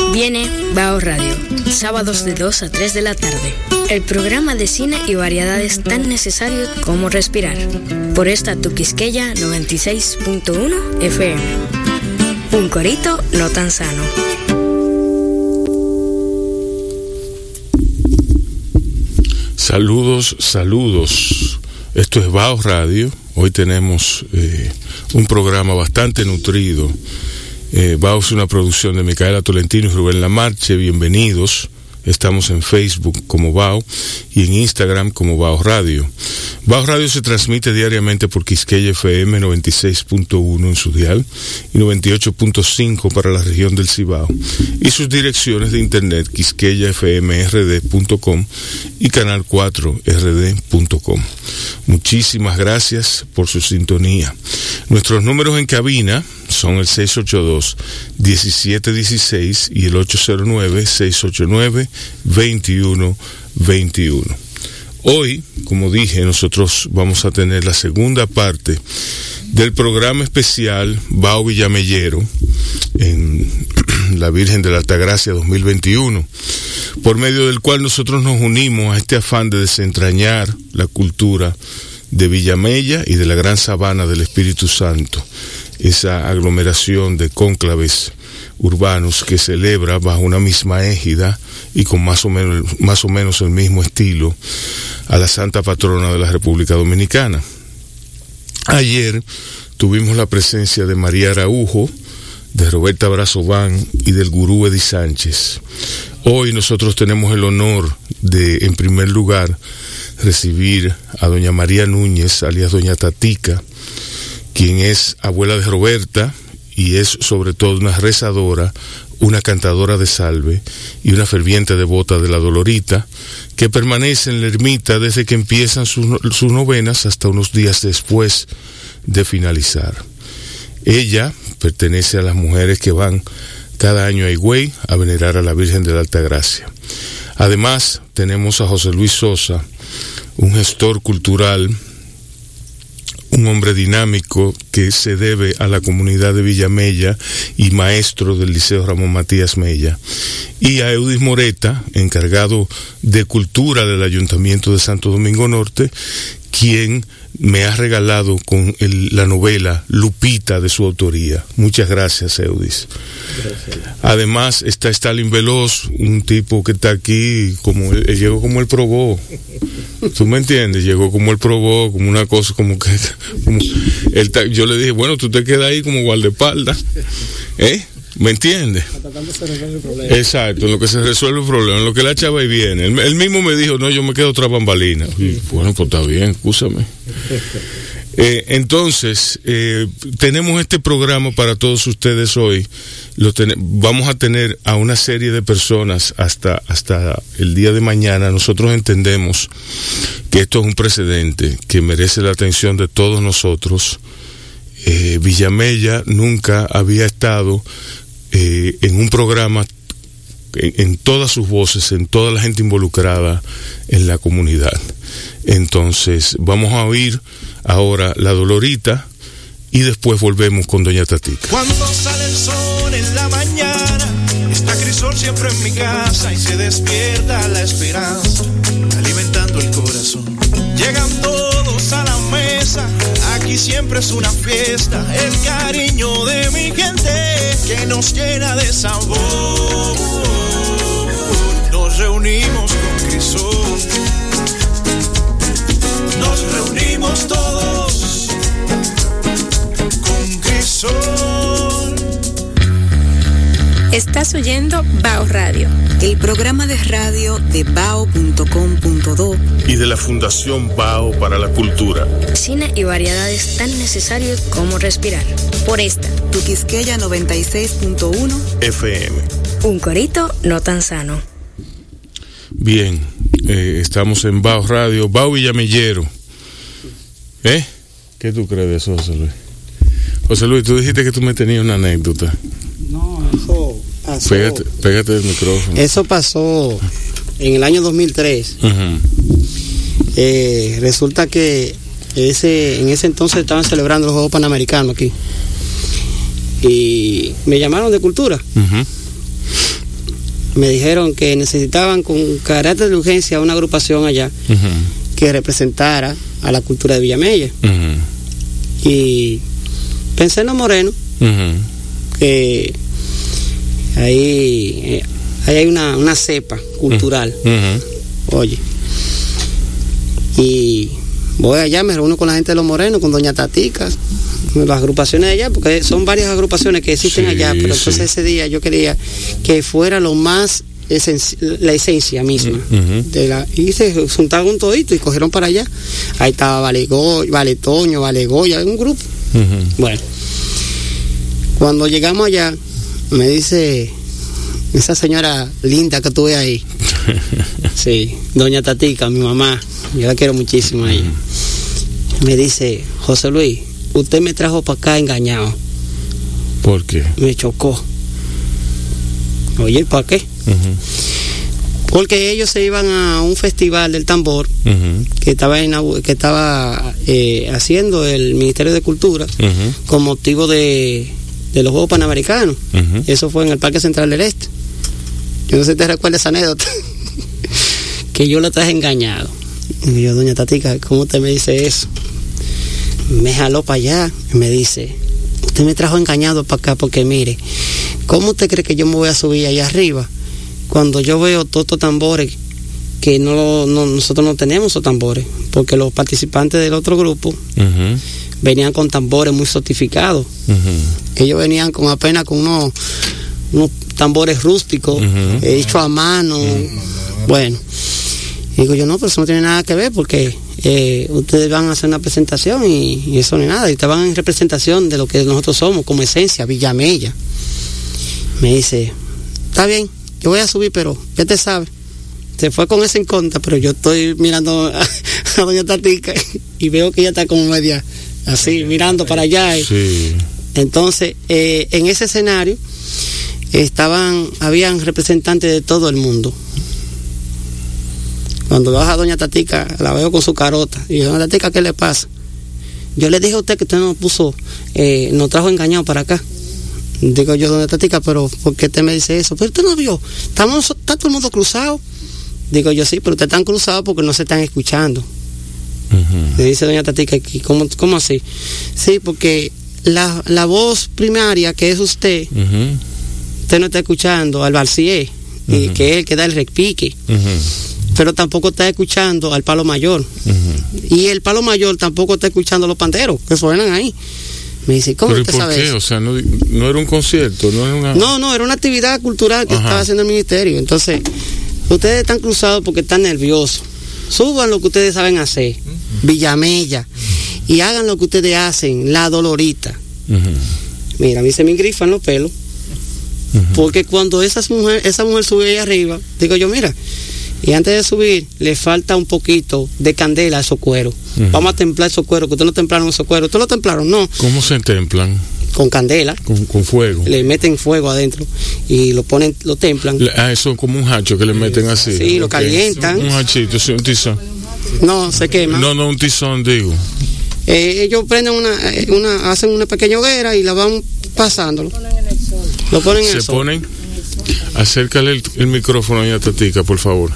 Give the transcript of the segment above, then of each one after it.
Viene Bao Radio, sábados de 2 a 3 de la tarde. El programa de cine y variedades tan necesario como respirar. Por esta tu Quisqueya 96.1 FM. Un corito no tan sano. Saludos. Esto es Bao Radio. Hoy tenemos un programa bastante nutrido. Bao es una producción de Micaela Tolentino y Rubén Lamarche. Bienvenidos. Estamos en Facebook como Bao y en Instagram como Bao Radio. Bao Radio se transmite diariamente por Quisqueya FM 96.1 en su dial y 98.5 para la región del Cibao y sus direcciones de internet quisqueyafmrd.com y canal 4rd.com. Muchísimas gracias por su sintonía. Nuestros números en cabina son el 682-1716 y el 809-689-2121. Hoy, como dije, nosotros vamos a tener la segunda parte del programa especial Bao Villamellero en la Virgen de la Altagracia 2021, por medio del cual nosotros nos unimos a este afán de desentrañar la cultura de Villamella y de la Gran Sabana del Espíritu Santo, esa aglomeración de cónclaves urbanos que celebra bajo una misma égida y con más o menos el mismo estilo a la Santa Patrona de la República Dominicana. Ayer tuvimos la presencia de María Araujo, de Roberta Brazován y del Gurú Eddie Sánchez. Hoy nosotros tenemos el honor de, en primer lugar, recibir a doña María Núñez, alias doña Tatica, quien es abuela de Roberta y es sobre todo una rezadora, una cantadora de salve y una ferviente devota de la Dolorita, que permanece en la ermita desde que empiezan sus novenas hasta unos días después de finalizar. Ella pertenece a las mujeres que van cada año a Higüey a venerar a la Virgen de la Altagracia. Además, tenemos a José Luis Sosa, un gestor cultural, un hombre dinámico que se debe a la comunidad de Villamella y maestro del Liceo Ramón Matías Mella, y a Eudis Moreta, encargado de cultura del Ayuntamiento de Santo Domingo Norte, quien me ha regalado con la novela Lupita de su autoría. Muchas gracias, Eudis. Gracias. Además está Stalin Veloz, un tipo que está aquí, como él llegó como él probó. ¿Tú me entiendes? Llegó como él probó, como una cosa, como que... yo le dije, bueno, tú te quedas ahí como guardaespaldas, ¿me entiendes? Tratando de resolver el problema. Exacto, en lo que se resuelve el problema, en lo que la chava y viene. Él mismo me dijo, no, yo me quedo otra bambalina. Y, bueno, pues está bien, escúchame. Entonces, tenemos este programa para todos ustedes hoy. Vamos a tener a una serie de personas hasta el día de mañana. Nosotros entendemos que esto es un precedente que merece la atención de todos nosotros. Villamella nunca había estado en un programa en todas sus voces, en toda la gente involucrada en la comunidad. Entonces vamos a oír ahora la Dolorita y después volvemos con doña Tatica. Cuando sale el sol en la mañana, está Crisol siempre en mi casa y se despierta la esperanza, alimentando el corazón. Llegan todos a la mesa, aquí siempre es una fiesta, el cariño de mi gente que nos llena de sabor. Nos reunimos con Crisol, nos reunimos todos con Crisol. Estás oyendo Bao Radio, el programa de radio de bao.com.do y de la Fundación Bao para la Cultura. Cine y variedades tan necesarios como respirar. Por esta, tu Quisqueya 96.1 FM. Un corito no tan sano. Bien, estamos en Bao Radio, Bao Villamellero. ¿Qué tú crees de eso, José Luis? José Luis, tú dijiste que tú me tenías una anécdota. No, eso pasó. Pégate del micrófono. Eso pasó en el año 2003. Uh-huh. Resulta que en ese entonces estaban celebrando los Juegos Panamericanos aquí. Y me llamaron de cultura. Uh-huh. me dijeron que necesitaban con carácter de urgencia una agrupación allá que representara a la cultura de Villamella. Y pensé en los morenos, que ahí hay una cepa cultural. Oye, y voy allá, me reúno con la gente de los morenos, con doña Tatica, las agrupaciones de allá, porque son varias agrupaciones que existen allá, pero entonces ese día yo quería que fuera lo más la esencia misma y se juntaron un todito y cogieron para allá. Ahí estaba Vale Toño, Vale Goya, un grupo. Bueno, cuando llegamos allá, me dice esa señora linda que tuve ahí, sí, doña Tatica, mi mamá, yo la quiero muchísimo a ella. Me dice: José Luis, usted me trajo para acá engañado. ¿Por qué? Me chocó. Oye, ¿para qué? Porque ellos se iban a un festival del tambor que estaba haciendo el Ministerio de Cultura con motivo de los Juegos Panamericanos. Eso fue en el Parque Central del Este. Yo no sé si te recuerdas esa anécdota. Que yo lo traje engañado. Y yo: doña Tatica, ¿cómo usted me dice eso? Me jaló para allá y me dice: usted me trajo engañado para acá porque mire, ¿cómo usted cree que yo me voy a subir allá arriba cuando yo veo todos estos tambores que nosotros no tenemos esos tambores? Porque los participantes del otro grupo venían con tambores muy sofisticados. Ellos venían apenas con unos tambores rústicos, hechos a mano. Bueno, digo yo: no, pero eso no tiene nada que ver, porque ustedes van a hacer una presentación y eso no es nada, y te van en representación de lo que nosotros somos como esencia, Villamella. Me dice: está bien, yo voy a subir, pero ya te sabe. Se fue con ese en contra, pero yo estoy mirando a doña Tatica y veo que ella está como media así, mirando para allá. Sí. Entonces, en ese escenario habían representantes de todo el mundo. Cuando baja doña Tatica, la veo con su carota. Y yo: doña Tatica, ¿qué le pasa? Yo le dije a usted que usted nos trajo engañado para acá. Digo yo: doña Tatica, pero ¿por qué usted me dice eso? Pero usted no vio, está todo el mundo cruzado. Digo yo: sí, pero ustedes están cruzados porque no se están escuchando. Le dice doña Tatica: ¿cómo así? Sí, porque la voz primaria, que es usted no está escuchando al Barcié, y que es el que da el repique. Pero tampoco está escuchando al palo mayor. Y el palo mayor tampoco está escuchando a los panderos que suenan ahí. Me dice: ¿cómo usted sabe eso? O sea, no era un concierto, no era una... No, era una actividad cultural que estaba haciendo el ministerio. Entonces, ustedes están cruzados porque están nerviosos. Suban lo que ustedes saben hacer, Villamella, y hagan lo que ustedes hacen, la Dolorita. Mira, a mí se me engrifan los pelos, porque cuando esa mujer sube ahí arriba, digo yo: mira, y antes de subir le falta un poquito de candela a esos cueros. Vamos a templar esos cueros, que ustedes no templaron esos cueros. ¿Ustedes lo templaron? No. ¿Cómo se templan? Con candela. Con fuego. Le meten fuego adentro y lo templan. Eso es como un hacho que le meten así. Sí, lo calientan. Un hachito, sí, un tizón. No, se quema. No, un tizón, digo. Ellos prenden hacen una pequeña hoguera y la van pasándolo. Lo ponen en el sol. Acércale el micrófono a doña Tatica, por favor.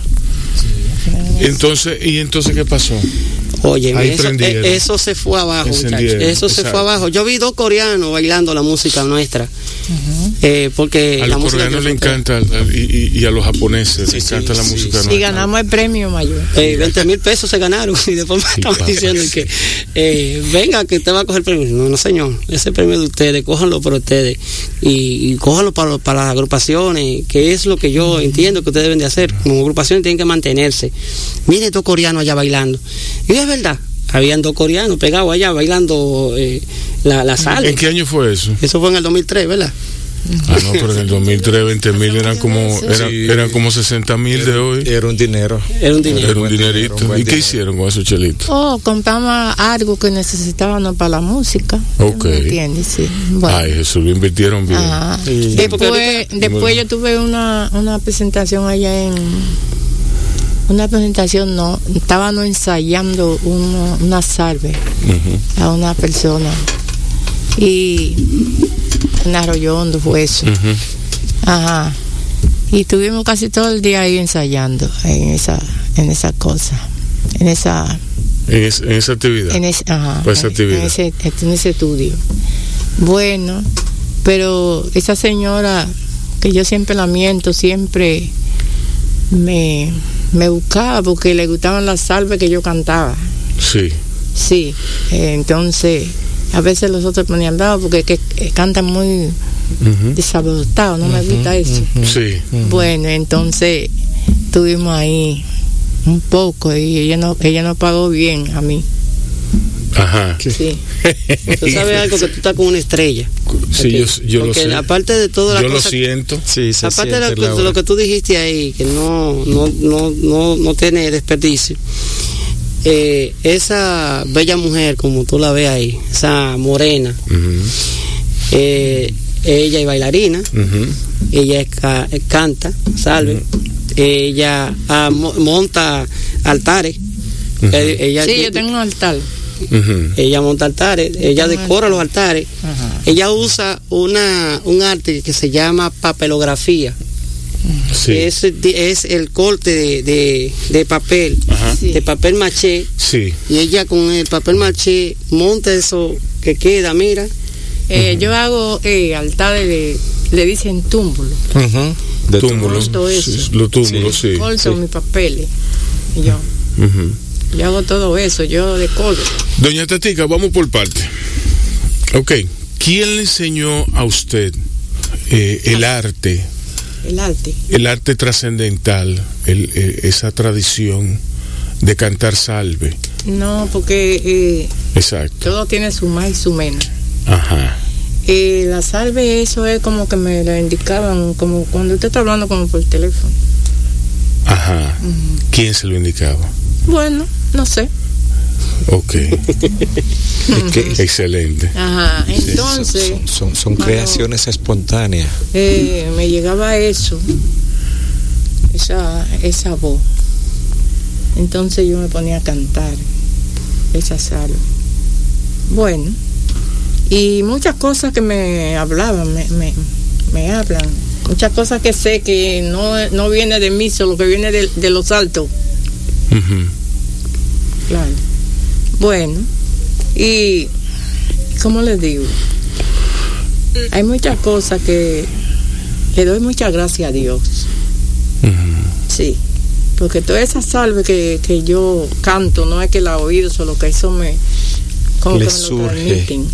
Entonces ¿qué pasó? Oye, eso se fue abajo, muchachos. Eso se fue abajo. Yo vi 2 coreanos bailando la música nuestra. Porque a los coreanos les encanta y a los japoneses les encanta la música nuestra. Y ganamos el premio mayor. 20,000 pesos se ganaron. Y después me estaban diciendo que venga, que usted va a coger el premio. No, señor, ese premio de ustedes, cójanlo por ustedes y cójanlo para las agrupaciones, que es lo que yo entiendo que ustedes deben de hacer. Como agrupaciones tienen que mantenerse. Miren 2 coreanos allá bailando. Y es verdad, habían 2 coreanos pegados allá bailando la sala. ¿En qué año fue eso? Eso fue en el 2003, ¿verdad? No, pero en el 2003 20,000 eran como 60,000 de hoy. Era un dinero. Era un dinerito. ¿Y qué hicieron con esos chelitos? Compramos algo que necesitábamos para la música. Ok. ¿Me entiendes? Sí. Bueno. Ay, Jesús, lo invirtieron bien. Sí. Después yo tuve una presentación allá estábamos ensayando una salve a una persona y en Arroyo Hondo fue eso. Y estuvimos casi todo el día ahí ensayando en esa cosa, en esa actividad. En ese estudio. Bueno, pero esa señora, que yo siempre la miento, siempre me buscaba porque le gustaban las salves que yo cantaba. Sí, entonces a veces los otros ponían bravo porque que cantan muy desabordados, no me gusta eso. Bueno, entonces estuvimos ahí un poco y ella no pagó bien a mí. Ajá. Sí. Tú sabes algo, que tú estás con una estrella. Sí, yo lo sé. Aparte de todas las cosas, yo lo siento. Sí, aparte de lo que tú dijiste ahí, que no tiene desperdicio. Esa bella mujer, como tú la ves ahí, esa morena, ella es bailarina, ella canta, salve, ella monta altares. Yo tengo un altar. Ella monta altares, ella decora los altares. Ella usa un arte que se llama papelografía. Es el corte de papel, de papel maché. Y ella con el papel maché monta eso que queda, mira. Yo hago altares, le dicen túmulos. De túmulos. Los túmulos, sí. Corto mis papeles. Y yo hago todo eso, yo decoro. Doña Tatica, vamos por parte. Ok, ¿quién le enseñó a usted el arte? El arte trascendental, esa tradición de cantar salve. No, porque exacto, todo tiene su más y su menos. Ajá. La salve, eso es como que me lo indicaban, como cuando usted está hablando como por teléfono. Ajá. ¿Quién se lo indicaba? Bueno, no sé. Ok. Excelente. Ajá. Entonces son creaciones espontáneas. Me llegaba eso, esa voz. Entonces yo me ponía a cantar esa salve. Bueno, y muchas cosas que me hablaban, me hablan. Muchas cosas que sé que no viene de mí, solo que viene de los altos. Claro. Bueno, y ¿cómo les digo? Hay muchas cosas que le doy muchas gracias a Dios. Sí, porque toda esa salve que yo canto, no es que la he oído, solo que eso como le que me surge. lo transmiten.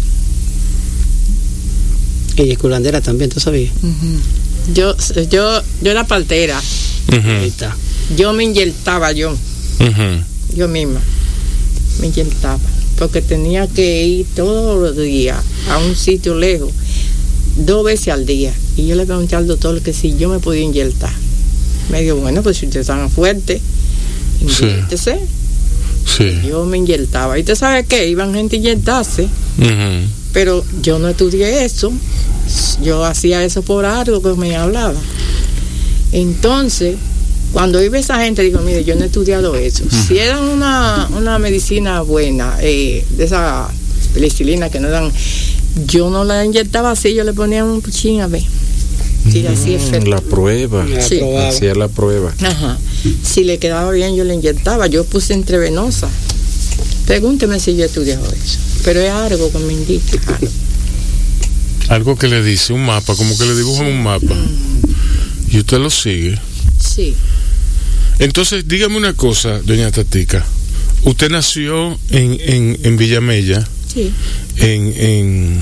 Ella es culandera también, ¿tú sabías? Yo era partera. Ahí está. Yo me inyectaba yo misma me inyectaba porque tenía que ir todos los días a un sitio lejos 2 veces al día, y yo le pregunté al doctor que si yo me podía inyectar. Me dijo, bueno, pues si usted es tan fuerte, inyéctese. Yo me inyectaba, y usted sabe que iban gente a inyectarse, pero yo no estudié eso, yo hacía eso por algo que me hablaba. Entonces cuando iba esa gente, digo, mire, yo no he estudiado eso. Si era una medicina buena, de esa penicilina que no dan, yo no la inyectaba así, yo le ponía un puchín a ver. Si así efecto. La prueba. Sí. Hacía la prueba. Ajá. Si le quedaba bien, yo le inyectaba. Yo puse intravenosa. Pregúnteme si yo he estudiado eso. Pero es algo que me indica. Algo que le dice, un mapa, como que le dibujan un mapa. Y usted lo sigue. Sí. Entonces, dígame una cosa, doña Tatica. Usted nació en Villamella, sí, en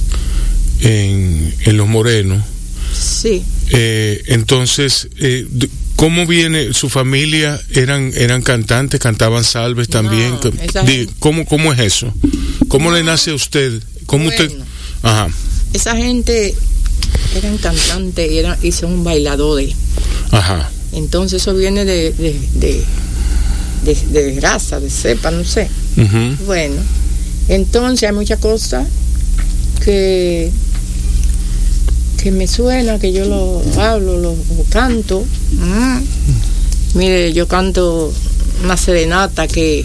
Los Morenos. Sí. Entonces, ¿cómo viene su familia? ¿Eran cantantes? ¿Cantaban salves también? ¿Cómo es eso? ¿Cómo le nace a usted? ¿Cómo usted? Ajá. Esa gente eran cantantes y son bailadores. Ajá. Entonces eso viene de raza, de cepa, no sé. Bueno, entonces hay muchas cosas que me suena, que yo lo hablo, lo canto. Mire, yo canto una serenata que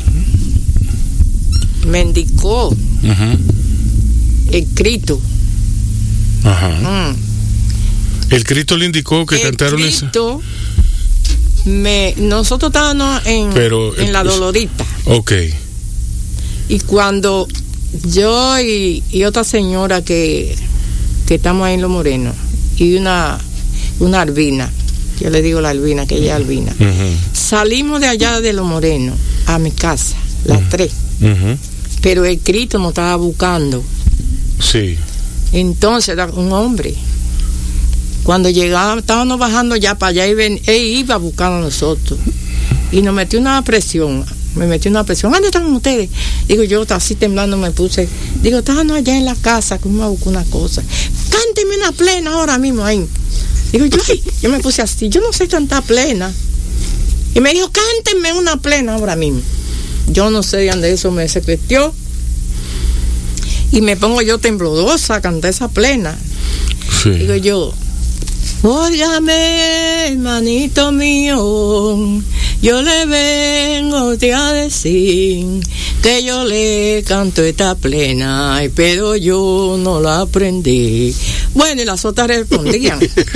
me indicó escrito. El Cristo le indicó que cantaron Cristo, nosotros estábamos en la Dolorita. Ok. Y cuando yo y otra señora que estamos ahí en Los Morenos, y una albina, yo le digo la albina, que ella es albina, salimos de allá de Los Morenos a mi casa, las 3. Pero el Cristo nos estaba buscando. Sí. Entonces era un hombre. Cuando llegábamos, estábamos bajando ya para allá, él iba buscando a nosotros. Y nos metió una presión. Me metió una presión. ¿Dónde están ustedes? Digo, yo así temblando me puse. Digo, estábamos allá en la casa que me buscó una cosa. Cánteme una plena ahora mismo ahí. Digo, yo me puse así. Yo no sé cantar plena. Y me dijo, cántenme una plena ahora mismo. Yo no sé de dónde eso me secretió. Y me pongo yo temblorosa a cantar esa plena. Sí. Digo yo, óigame, hermanito mío, yo le vengo a decir que yo le canto esta plena, pero yo no la aprendí. Bueno, y las otras respondían,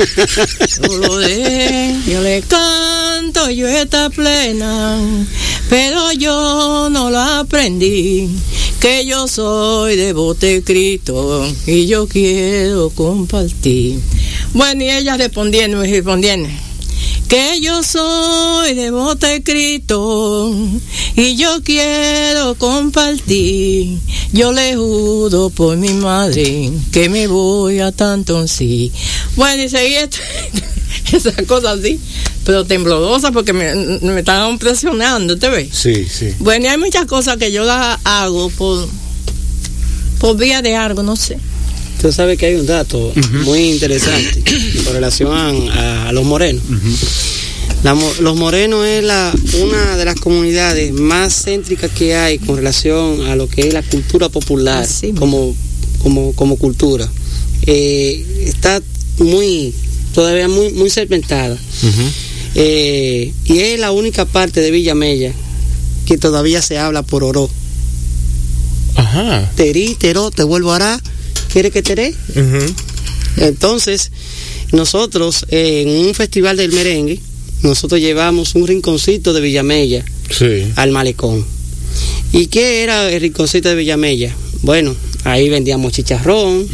yo le canto yo esta plena, pero yo no la aprendí, que yo soy de Botecristo y yo quiero compartir. Bueno, y ella respondiendo, que yo soy de Botecristo y yo quiero compartir. Yo le juro por mi madre que me voy a Tantoncí. Bueno, y seguí esas cosas así, pero temblorosa porque me estaban presionando, ¿te ves? Sí, sí. Bueno, y hay muchas cosas que yo las hago por vía de algo, no sé. Tú sabes que hay un dato muy interesante con relación a Los Morenos. Los Morenos es una de las comunidades más céntricas que hay con relación a lo que es la cultura popular, como cultura. Está todavía muy segmentada. Y es la única parte de Villamella que todavía se habla por oró. Ajá. Terí, teró, te vuelvo a hará, ¿quiere que teré? Entonces, nosotros en un festival del merengue, nosotros llevamos un rinconcito de Villamella al malecón. ¿Y qué era el rinconcito de Villamella? Bueno, ahí vendíamos chicharrón,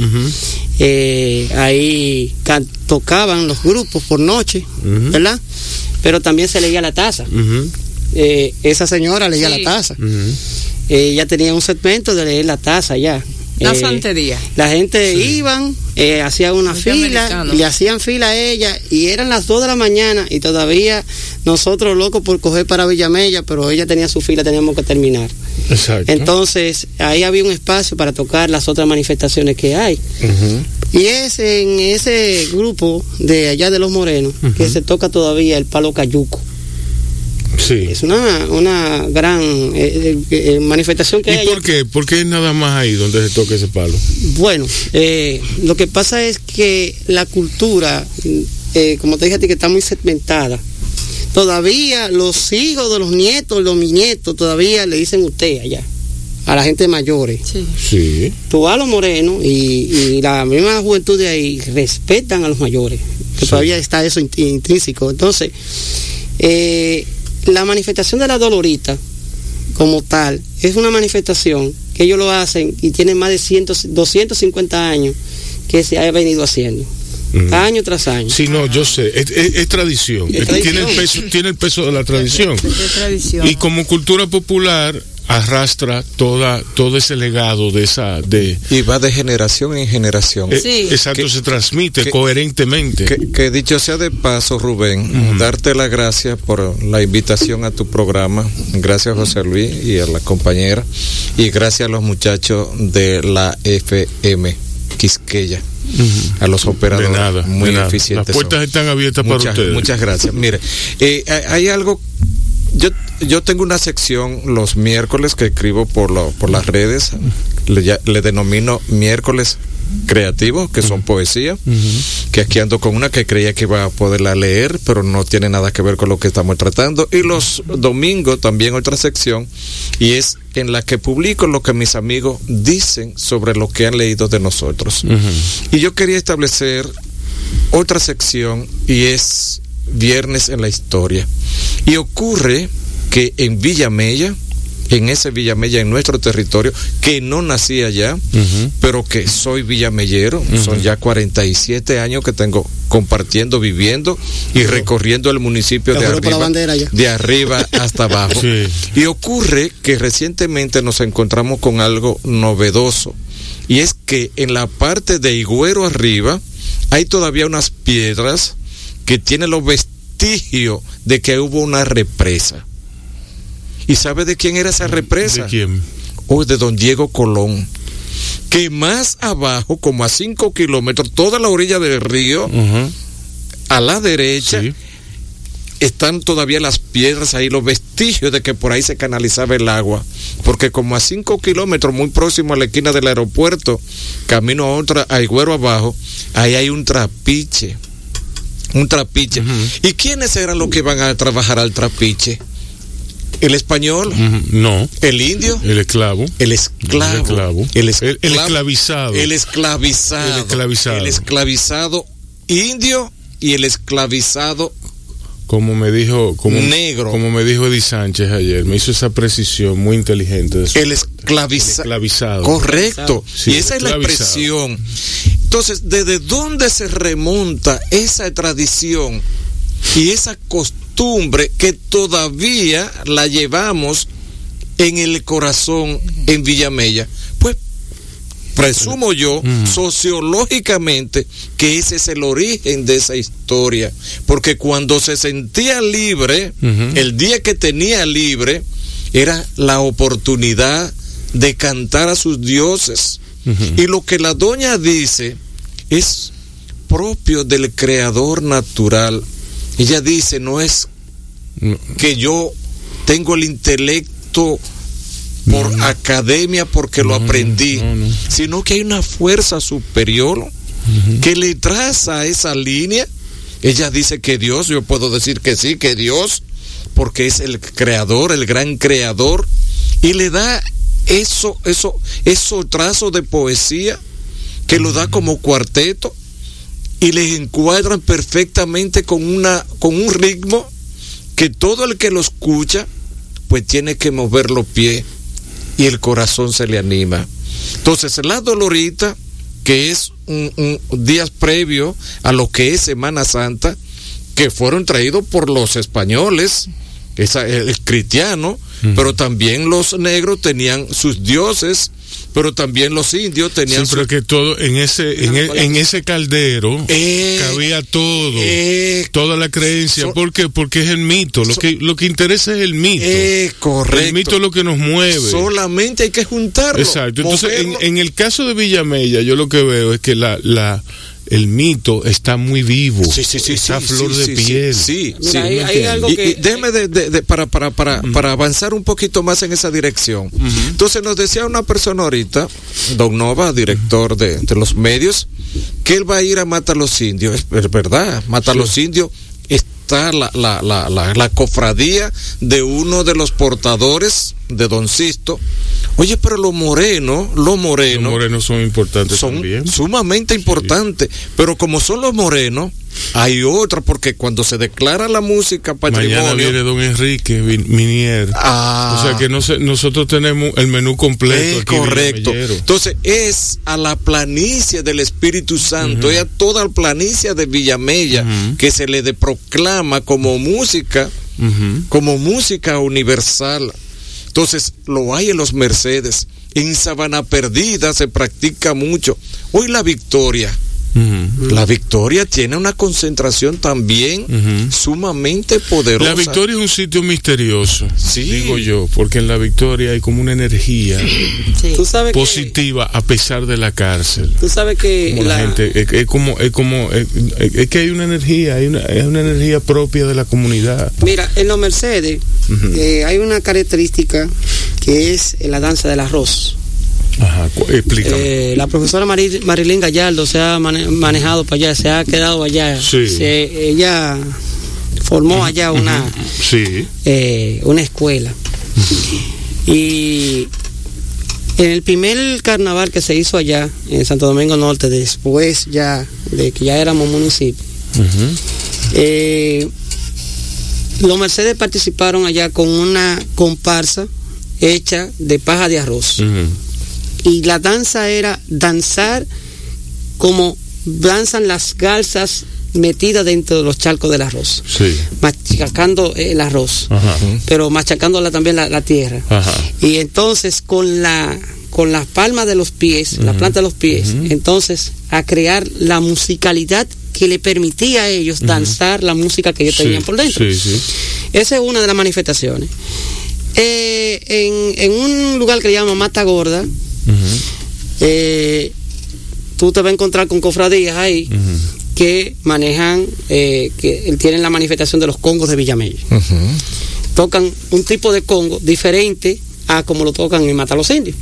ahí tocaban los grupos por noche, ¿verdad? Pero también se leía la taza. Esa señora leía la taza. Ella tenía un segmento de leer la taza ya. La santería. La gente iban, hacían una fila, le hacían fila a ella, y eran las 2 de la mañana y todavía nosotros locos por coger para Villamella, pero ella tenía su fila, teníamos que terminar. Exacto. Entonces, ahí había un espacio para tocar las otras manifestaciones que hay. Y es en ese grupo de allá de Los Morenos que se toca todavía el palo cayuco. Sí. Es una gran manifestación que hay. ¿Y por qué? ¿Por qué es nada más ahí donde se toca ese palo? Bueno, lo que pasa es que la cultura, como te dije a ti, que está muy segmentada. Todavía los hijos de los nietos, los bisnietos, todavía le dicen usted allá, a la gente mayores. Sí. Tú vas a Los Morenos y la misma juventud de ahí respetan a los mayores, que todavía está eso intrínseco. Entonces, la manifestación de la Dolorita, como tal, es una manifestación que ellos lo hacen y tienen más de 250 años que se ha venido haciendo, año tras año. Sí, no, yo sé, es tradición. Tiene el peso de la tradición. Es tradición. Y como cultura popular arrastra todo ese legado y va de generación en generación. Exacto, se transmite coherentemente. Que dicho sea de paso, Rubén, darte las gracias por la invitación a tu programa. Gracias, José Luis, y a la compañera, y gracias a los muchachos de la FM Quisqueya, a los operadores. De nada, muy eficientes. Las puertas están abiertas para ustedes. Muchas gracias. Mire, hay algo. Yo tengo una sección los miércoles que escribo por las redes, le denomino miércoles creativos, que son poesía, que aquí ando con una que creía que iba a poderla leer, pero no tiene nada que ver con lo que estamos tratando. Y los domingos también otra sección, y es en la que publico lo que mis amigos dicen sobre lo que han leído de nosotros. Y yo quería establecer otra sección y es Viernes en la Historia. Y ocurre que en Villamella, en ese Villamella, en nuestro territorio, que no nací allá, pero que soy villamellero, son ya 47 años que tengo compartiendo, viviendo y recorriendo el municipio de arriba hasta abajo. Sí. Y ocurre que recientemente nos encontramos con algo novedoso, y es que en la parte de Higüero arriba hay todavía unas piedras que tienen los vestigios de que hubo una represa. ¿Y sabe de quién era esa represa? ¿De quién? De don Diego Colón. Que más abajo, como a 5 kilómetros, toda la orilla del río, a la derecha, sí, están todavía las piedras ahí, los vestigios de que por ahí se canalizaba el agua. Porque como a 5 kilómetros, muy próximo a la esquina del aeropuerto, camino a Higüero abajo, ahí hay un trapiche. Un trapiche. ¿Y quiénes eran los que iban a trabajar al trapiche? ¿El español? No. ¿El indio? El esclavo. El esclavo. El esclavizado. El esclavizado indio y el esclavizado negro. Como me dijo Eddie Sánchez ayer, me hizo esa precisión muy inteligente de eso. El esclavizado. Correcto. Sí, y esa es la expresión. Entonces, ¿desde dónde se remonta esa tradición y esa costumbre que todavía la llevamos en el corazón en Villamella? Pues presumo yo, sociológicamente, que ese es el origen de esa historia, porque cuando se sentía libre, el día que tenía libre, era la oportunidad de cantar a sus dioses. Y lo que la doña dice es propio del creador natural. Ella dice, no es que yo tengo el intelecto por academia porque lo aprendí, sino que hay una fuerza superior que le traza esa línea. Ella dice que Dios, yo puedo decir que sí, que Dios, porque es el creador, el gran creador, y le da eso trazo de poesía que lo da como cuarteto y les encuadran perfectamente con un ritmo que todo el que lo escucha pues tiene que mover los pies y el corazón se le anima. Entonces la Dolorita, que es un días previo a lo que es Semana Santa, que fueron traídos por los españoles, el cristiano, pero también los negros tenían sus dioses, pero también los indios tenían. Sí, pero que todo en ese caldero cabía todo, toda la creencia. ¿Por qué? Porque es el mito. Lo que interesa es el mito. Correcto. El mito es lo que nos mueve. Solamente hay que juntarlo. Exacto. Entonces, en el caso de Villamella, yo lo que veo es que el mito está muy vivo. Está a flor de piel. Mira, hay algo que... déjeme para avanzar un poquito más en esa dirección. Entonces nos decía una persona ahorita, Don Nova, director de los medios, que él va a ir a Mata a los Indios. Es verdad, Mata a los Indios está la cofradía de uno de los portadores de Don Sisto. Oye, pero los morenos son importantes, también. Sumamente importantes, pero como son los morenos, hay otra, porque cuando se declara la música patrimonio... Mañana viene Don Enrique Minier. O sea que nosotros tenemos el menú completo aquí. Correcto. Entonces es a la planicie del Espíritu Santo, es a toda la planicie de Villamella que se le proclama como música universal. Entonces lo hay en los Mercedes, en Sabana Perdida se practica mucho. Hoy la Victoria, la Victoria tiene una concentración también sumamente poderosa. La Victoria es un sitio misterioso, digo yo, porque en la Victoria hay como una energía positiva a pesar de la cárcel. Tú sabes que la gente es que hay una energía, es una energía propia de la comunidad. Mira, en los Mercedes hay una característica que es la danza del arroz. Ajá, explícame. La profesora Marilyn Gallardo se ha manejado para allá, se ha quedado allá. Ella formó allá una escuela. Y En el primer carnaval que se hizo allá, en Santo Domingo Norte, después ya de que ya éramos municipio, los Mercedes participaron allá con una comparsa hecha de paja de arroz. Y la danza era danzar como danzan las garzas metidas dentro de los charcos del arroz, machacando el arroz, pero machacándola también la tierra. Y entonces con las palmas de los pies, la planta de los pies, entonces a crear la musicalidad que le permitía a ellos danzar la música que ellos tenían por dentro. Esa es una de las manifestaciones. En un lugar que se llama Mata Gorda, tú te vas a encontrar con cofradías ahí que manejan, que tienen la manifestación de los congos de Villamella. Tocan un tipo de congo diferente a como lo tocan en Mata los Indios.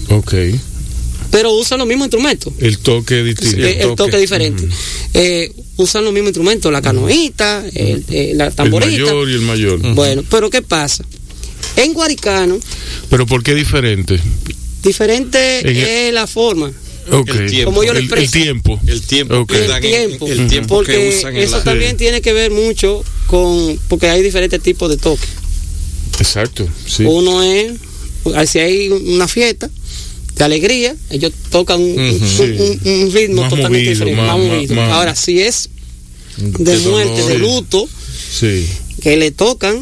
Pero usan los mismos instrumentos. El toque es distinto. El toque es diferente. Usan los mismos instrumentos, la canoita, la tamborita. El mayor y el mayor. Bueno, pero ¿qué pasa? En Guaricano. ¿Pero por qué diferente? Diferente es la forma. El tiempo. Como yo lo expreso. El tiempo. El tiempo porque que usan eso también tiene que ver mucho con, porque hay diferentes tipos de toque. Exacto, sí. Uno es, si hay una fiesta de alegría, ellos tocan un ritmo más totalmente movido, diferente, más movido. Ahora, si es de muerte, de luto, que le tocan,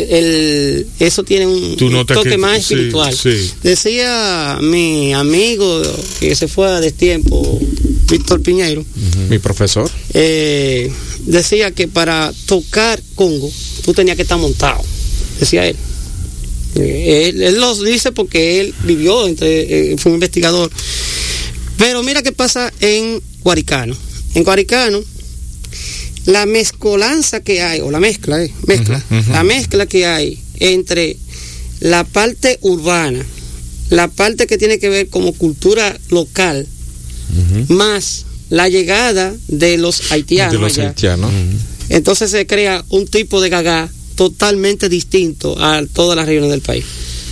eso tiene un toque más espiritual. Decía mi amigo que se fue a destiempo, Víctor Piñeiro, mi profesor, decía que para tocar congo tú tenías que estar montado, decía él. Él lo dice porque él vivió, fue un investigador. Pero mira qué pasa en Guaricano. En Guaricano, la mezcolanza que hay, o la mezcla, la mezcla que hay entre la parte urbana, la parte que tiene que ver como cultura local, más la llegada de los haitianos. Entonces se crea un tipo de gagá totalmente distinto a todas las regiones del país.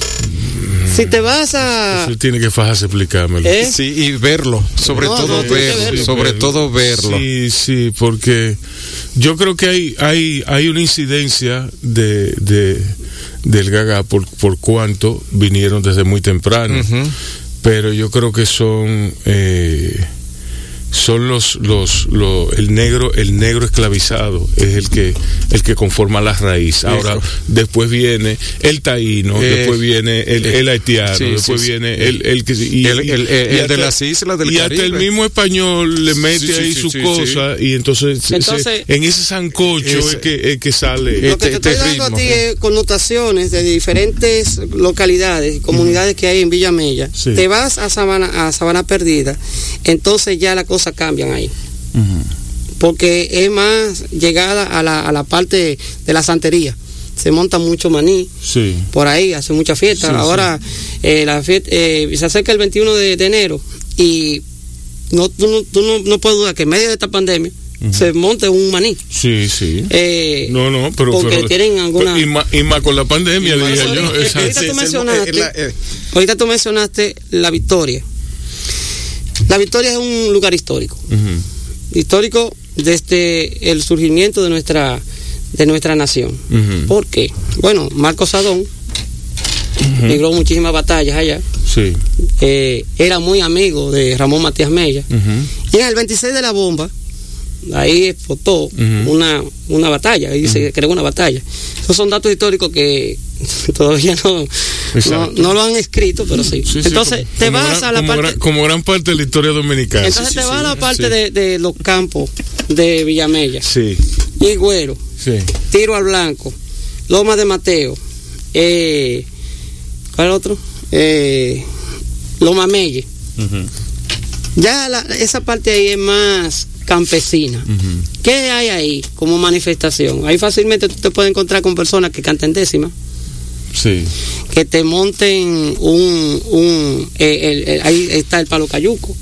Si te vas a... Eso tiene que fajarse explicármelo. Sí, y verlo, sobre todo verlo. Sí, porque yo creo que hay una incidencia del gagá por cuanto vinieron desde muy temprano, pero yo creo que son el negro esclavizado es el que conforma la raíz. Ahora después viene el taíno, después viene el haitiano, después viene el que el de las islas del Caribe, y hasta el mismo español le mete ahí su cosa, y entonces en ese sancocho es que sale. Lo que te estoy dando a ti es connotaciones de diferentes localidades y comunidades que hay en Villamella. Te vas a Sabana Perdida, entonces ya la cosa cambian ahí, porque es más llegada a la parte de la santería. Se monta mucho maní por ahí, hace mucha fiesta. Ahora la fiesta, se acerca el 21 de enero y tú no puedes dudar que en medio de esta pandemia se monte un maní. Porque tienen alguna... Y más con la pandemia, diría yo. Ahorita tú mencionaste La Victoria. La Victoria es un lugar histórico. Histórico desde el surgimiento de nuestra nación. ¿Por qué? Bueno, Marcos Sadón libró muchísimas batallas allá. Era muy amigo de Ramón Matías Mella. Y en el 26 de la bomba, ahí explotó una batalla, ahí se creó una batalla. Esos son datos históricos que todavía no lo han escrito, pero sí. Entonces te vas a la parte... Como gran parte de la historia dominicana. Entonces te vas a la parte de los campos de Villamella. Higüero, Tiro al Blanco, Loma de Mateo, ¿cuál es el otro? Loma Melle. Ya esa parte ahí es más campesina. ¿Qué hay ahí como manifestación? Ahí fácilmente tú te puedes encontrar con personas que canten décima, que te monten ahí está el palo cayuco,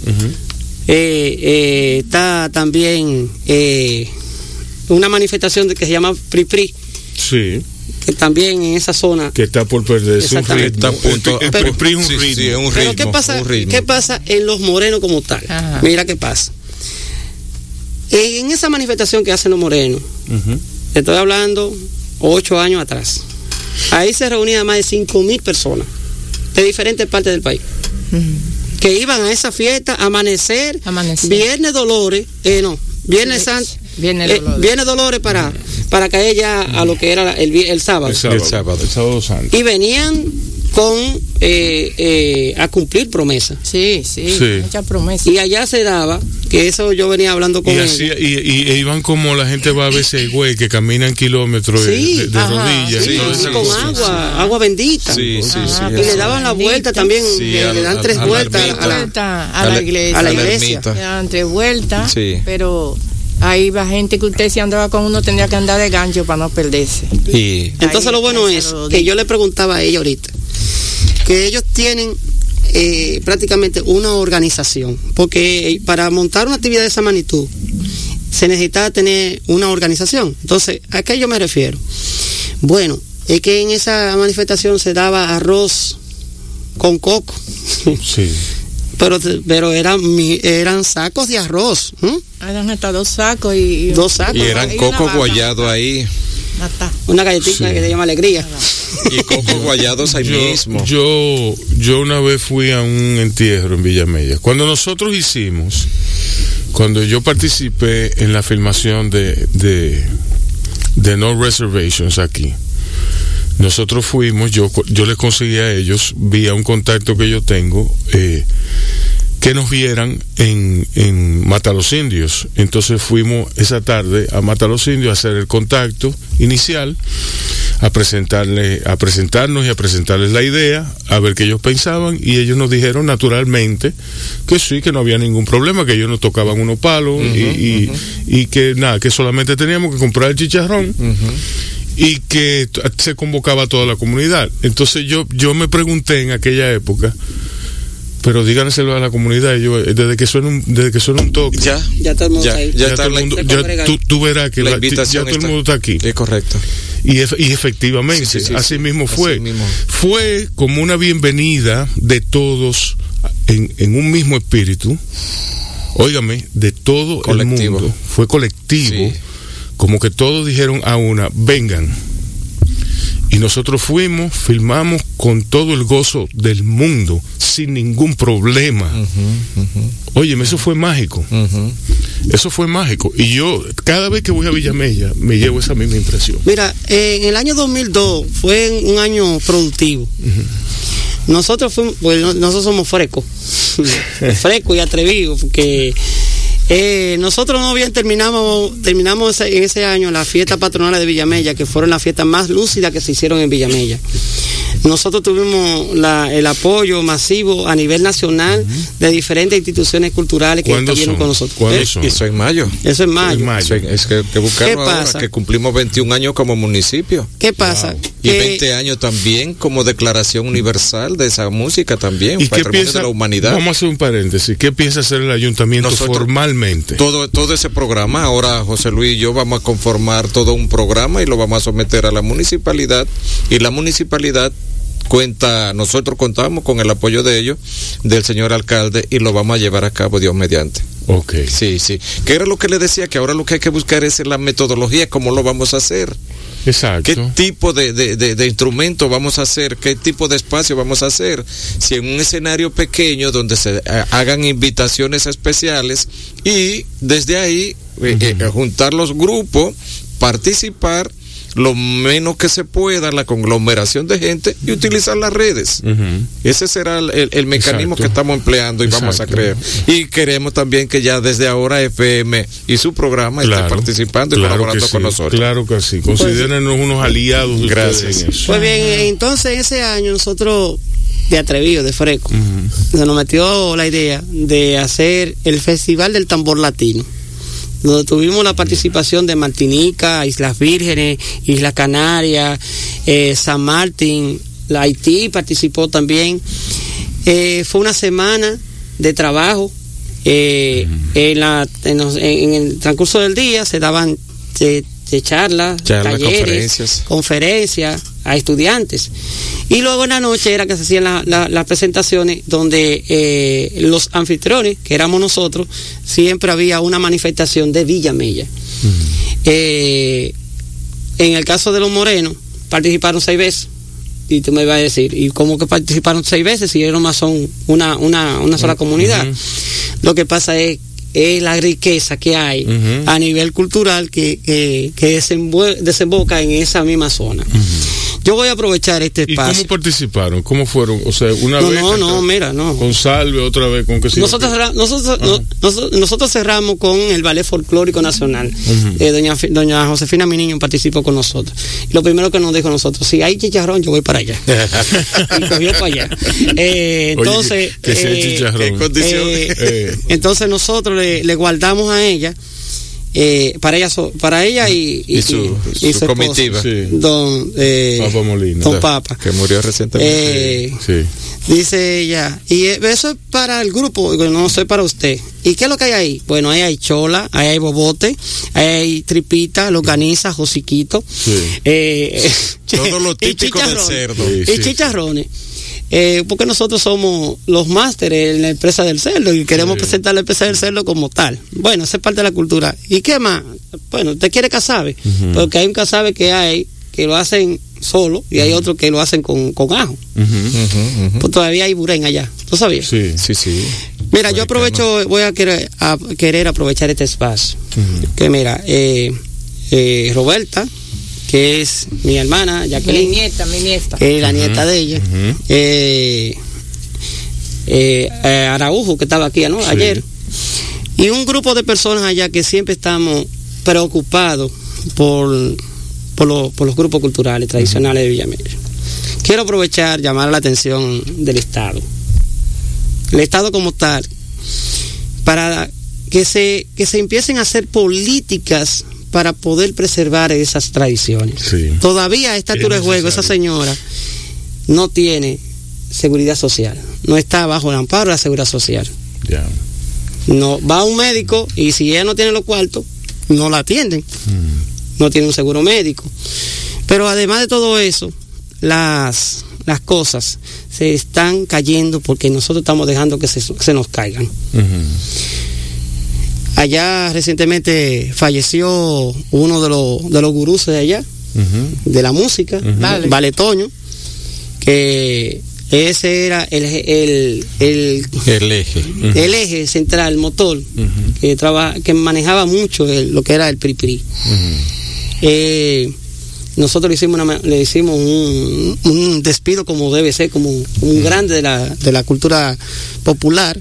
está también una manifestación que se llama Pri Pri, que también en esa zona. Que está por perderse un ritmo. Pero ¿qué pasa en Los Morenos como tal? Ajá. Mira qué pasa. En esa manifestación que hacen Los Morenos, estoy hablando 8 años atrás, ahí se reunían más de 5,000 personas de diferentes partes del país, que iban a esa fiesta, Amanecer. Viernes Dolores, Viernes Santo, Viernes Dolores para caer ya a lo que era el sábado. El sábado santo. Y venían a cumplir promesas. Sí, muchas promesas. Y allá se daba, que eso yo venía hablando con ellos. Y iban como la gente va a veces, güey, que caminan kilómetros de rodillas. Con agua bendita. Y le daban la vuelta también, le dan 3 vueltas a la iglesia. Le dan 3 vueltas, pero... Ahí va gente que usted si andaba con uno tendría que andar de gancho para no perderse. Y entonces lo bueno es que yo le preguntaba a ella ahorita, que ellos tienen prácticamente una organización, porque para montar una actividad de esa magnitud se necesita tener una organización. Entonces, ¿a qué yo me refiero? Bueno, es que en esa manifestación se daba arroz con coco. Sí. Pero eran sacos de arroz. Eran hasta 2 sacos y 2 sacos. Y eran coco guayado ahí. Una galletita que se llama Alegría. Y cocos guayados ahí mismo. Yo una vez fui a un entierro en Villamella. Cuando yo participé en la filmación de No Reservations aquí, nosotros fuimos, yo les conseguí a ellos, vía un contacto que yo tengo, que nos vieran en Mata los Indios. Entonces fuimos esa tarde a Mata los Indios a hacer el contacto inicial, a presentarnos y a presentarles la idea, a ver qué ellos pensaban, y ellos nos dijeron naturalmente que sí, que no había ningún problema, que ellos nos tocaban unos palos y que nada, que solamente teníamos que comprar el chicharrón. Y que se convocaba a toda la comunidad. Entonces yo me pregunté en aquella época, pero díganselo a la comunidad, desde que suena un toque, ya todo el mundo está ahí. Tú verás que ya todo el mundo está aquí. Es correcto. Y efectivamente, así mismo fue. Fue como una bienvenida de todos en un mismo espíritu. Óigame, de todo colectivo. El mundo. Fue colectivo. Sí. Como que todos dijeron a una, vengan. Y nosotros fuimos, filmamos con todo el gozo del mundo, sin ningún problema. Óyeme, eso fue mágico. Eso fue mágico. Y yo, cada vez que voy a Villamella, me llevo esa misma impresión. Mira, en el año 2002 fue un año productivo. Nosotros somos frescos. Frescos y atrevidos, porque... nosotros no bien terminamos en ese año las fiestas patronales de Villamella, que fueron las fiestas más lúcidas que se hicieron en Villamella. Nosotros tuvimos el apoyo masivo a nivel nacional de diferentes instituciones culturales que estuvieron con nosotros. ¿Cuándo son? Eso en mayo. Eso en mayo. Es que buscarlo ahora, que cumplimos 21 años como municipio. ¿Qué pasa? Wow. Y 20 años también como declaración universal de esa música también, ¿Y patrimonio de la humanidad. Vamos a hacer un paréntesis. ¿Qué piensa hacer el ayuntamiento formalmente? Todo ese programa, ahora José Luis y yo vamos a conformar todo un programa y lo vamos a someter a la municipalidad, y la municipalidad nosotros contamos con el apoyo de ellos, del señor alcalde, y lo vamos a llevar a cabo, Dios mediante. Okay. Sí. Que era lo que le decía, que ahora lo que hay que buscar es la metodología, cómo lo vamos a hacer. Exacto. ¿Qué tipo de instrumento vamos a hacer? ¿Qué tipo de espacio vamos a hacer? Si en un escenario pequeño donde se hagan invitaciones especiales, y desde ahí juntar los grupos, participar lo menos que se pueda, la conglomeración de gente, y utilizar las redes. Ese será el mecanismo que estamos empleando y vamos a creer. Y queremos también que ya desde ahora FM y su programa estén participando y colaborando con nosotros. Claro que sí. Considérenos unos aliados. Gracias. En eso. Pues bien, entonces ese año nosotros, de atrevido, de fresco, se nos metió la idea de hacer el Festival del Tambor Latino, donde tuvimos la participación de Martinica, Islas Vírgenes, Islas Canarias, San Martín, la Haití participó también. Fue una semana de trabajo. En el transcurso del día se charlas, talleres, conferencias a estudiantes. Y luego en la noche era que se hacían las presentaciones donde los anfitriones, que éramos nosotros, siempre había una manifestación de Villa Mella. En el caso de los morenos, participaron 6 veces. Y tú me vas a decir, ¿y cómo que participaron 6 veces si ellos más son una sola comunidad? Lo que pasa es la riqueza que hay a nivel cultural que desemboca en esa misma zona. Yo voy a aprovechar este espacio. ¿Y cómo participaron? ¿Cómo fueron? O sea, una vez. No. Con salve, otra vez con que sí. Nosotros cerramos con el Ballet Folclórico Nacional. Doña Josefina, mi niño, participó con nosotros. Y lo primero que nos dijo nosotros, si hay chicharrón, yo voy para allá. Y cogió para allá. Entonces, que sea chicharrón. ¿Qué condiciones? Entonces nosotros le guardamos a ella. Para ella y su comitiva, sí. Don Papa Molina, Don Papa, que murió recientemente. Sí. Dice ella, y eso es para el grupo, no sé para usted. ¿Y qué es lo que hay ahí? Bueno, ahí hay chola, ahí hay bobote, ahí hay tripita, longaniza, josiquito, todo lo típico del cerdo y chicharrones. Porque nosotros somos los másteres en la empresa del cerdo y queremos presentar la empresa del cerdo como tal. Bueno, esa es parte de la cultura. ¿Y qué más? Bueno, usted quiere casabe, porque hay un casabe que lo hacen solo y hay otro que lo hacen con ajo. Pues todavía hay burén allá, ¿tú sabías? Sí. Mira, yo voy a querer aprovechar este espacio. Que mira, Roberta, que es mi hermana, Jacqueline, mi nieta. Que es la nieta de ella, Araujo, que estaba aquí ayer, y un grupo de personas allá que siempre estamos preocupados por los grupos culturales tradicionales de Villa Mella. Quiero aprovechar, llamar la atención del Estado, el Estado como tal, para que se empiecen a hacer políticas para poder preservar esas tradiciones. Todavía a esta altura de juego esa señora no tiene seguridad social, no está bajo el amparo de la seguridad social. No va a un médico y si ella no tiene los cuartos, no la atienden. No tiene un seguro médico. Pero además de todo eso, las cosas se están cayendo porque nosotros estamos dejando que se nos caigan. Allá recientemente falleció uno de los gurús de allá, de la música, Vale Toño, que ese era el eje central, el motor, que manejaba mucho lo que era el piripiri. Nosotros le hicimos un despido como debe ser, como un grande de la cultura popular.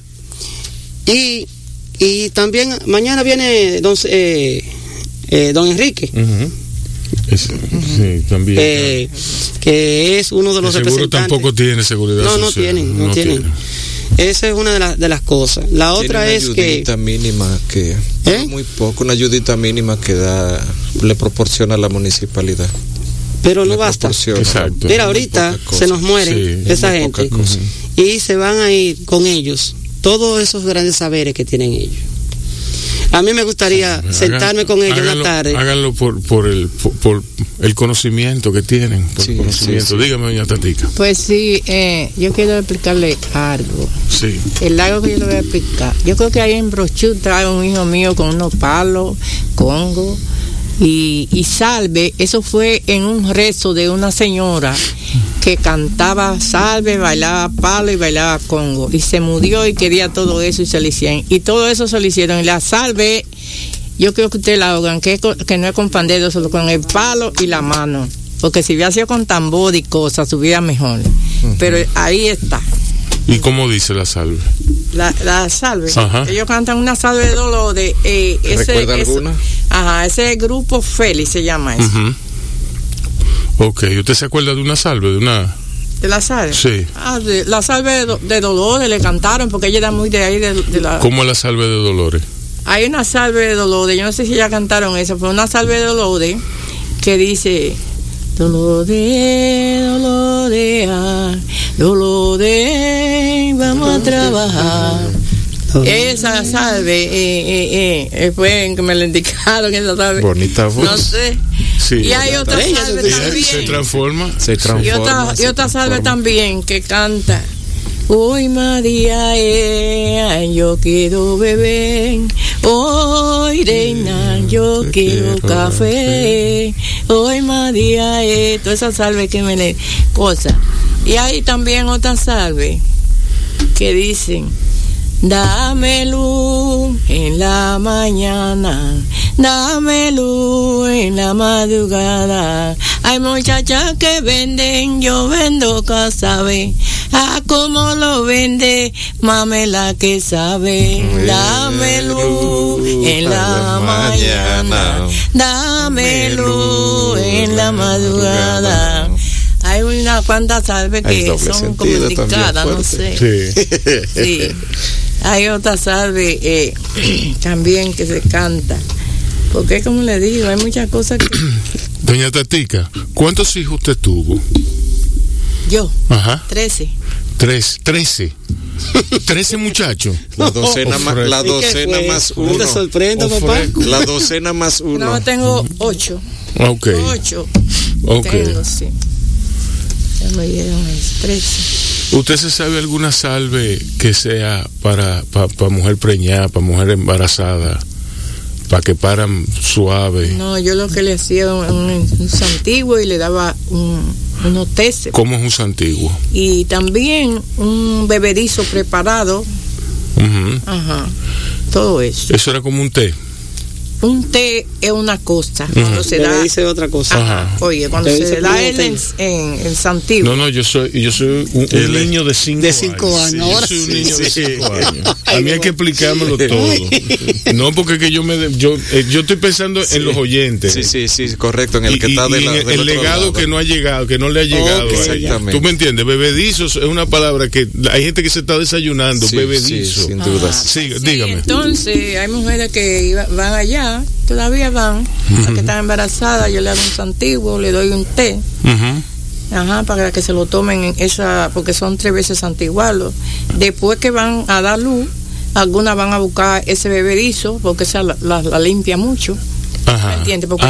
Y también mañana viene don Enrique. Sí, también. Que es uno de los representantes. Seguro tampoco tiene seguridad social. No tienen. Esa es una de las cosas. La otra es que... Ayudita mínima que... Muy poco, una ayudita mínima que le proporciona a la municipalidad. Pero no basta. Exacto. Mira, ahorita se nos mueren esa gente. Y se van a ir con ellos todos esos grandes saberes que tienen ellos. A mí me gustaría sentarme con ellos una tarde. Háganlo por el conocimiento que tienen. Dígame, doña Tatica. Pues sí, yo quiero explicarle algo. Sí. Algo que yo le voy a explicar. Yo creo que ahí en Brochú trae un hijo mío con unos palos, congo y salve. Eso fue en un rezo de una señora que cantaba salve, bailaba palo y bailaba congo, y se murió y quería todo eso y se lo hicieron, y todo eso se lo hicieron. Y la salve, yo creo que ustedes la hagan, que no es con pandero, solo con el palo y la mano, porque si hubiera sido con tambor y cosas, subiera mejor. Pero ahí está. ¿Y cómo dice la salve? La salve. Ellos cantan una salve de dolor de ¿recuerda alguna? Ese grupo Félix se llama eso. Ok, ¿usted se acuerda de una salve? ¿De la salve? Sí. La salve de Dolores le cantaron, porque ella era muy de ahí de la... ¿Cómo es la salve de Dolores? Hay una salve de Dolores, yo no sé si ya cantaron esa, pero una salve de Dolores que dice: Dolores, Dolores, Dolores, vamos a trabajar. Esa salve fue en que me la indicaron, esa salve. Bonita voz. No sé. Sí. Y hay otra salve también. Se transforma. Y otra salve también que canta. Hoy María, yo quiero beber. Hoy reina, yo quiero café. Hoy María, toda esa salve que me le cosa. Y hay también otra salve que dicen: dame luz en la mañana, dame luz en la madrugada. Hay muchachas que venden, yo vendo casabe. Ah, como lo vende, mame la que sabe. Dame luz en la mañana, dame luz en la madrugada. Hay una cuanta salve que son como indicadas, no sé. Sí. Sí. Hay otra salve también que se canta. Porque como le digo, hay muchas cosas que... Doña Tatica, ¿cuántos hijos usted tuvo? Yo, Ajá. 13. 13 muchachos. La docena más uno. ¿No te sorprende, papá? La docena más uno. No, tengo 8. Ok. 8. Ok. Tengo, sí. Ya me dieron 13. ¿Usted se sabe alguna salve que sea para mujer preñada, para mujer embarazada, para que paran suave? No, yo lo que le hacía un santiguo y le daba unos teces. ¿Cómo es un santiguo? Y también un bebedizo preparado. Uh-huh. Ajá. Todo eso. Eso era como un té. Un té es una cosa. Cuando se da. Dice otra cosa. Ajá. Oye, cuando se da en santiguo. No, yo soy un niño de 5 años. De 5 años. Sí, ahora yo soy un sí, niño de 5 años. A mí hay que explicármelo todo. No, porque que yo estoy pensando en los oyentes. Sí, correcto. En el que está del el legado lado. Que no ha llegado, que no le ha llegado. Exactamente. ¿Tú me entiendes? Bebedizo es una palabra que hay gente que se está desayunando. Bebedizo. Sí, sin duda. Sí, dígame. Entonces, hay mujeres que van allá. Todavía van, la que está embarazada, yo le hago un santiguo, le doy un té, ajá, para que se lo tomen porque son 3 veces santiguarlo. Después que van a dar luz, algunas van a buscar ese bebedizo, porque esa la limpia mucho, ¿me entiendes? Porque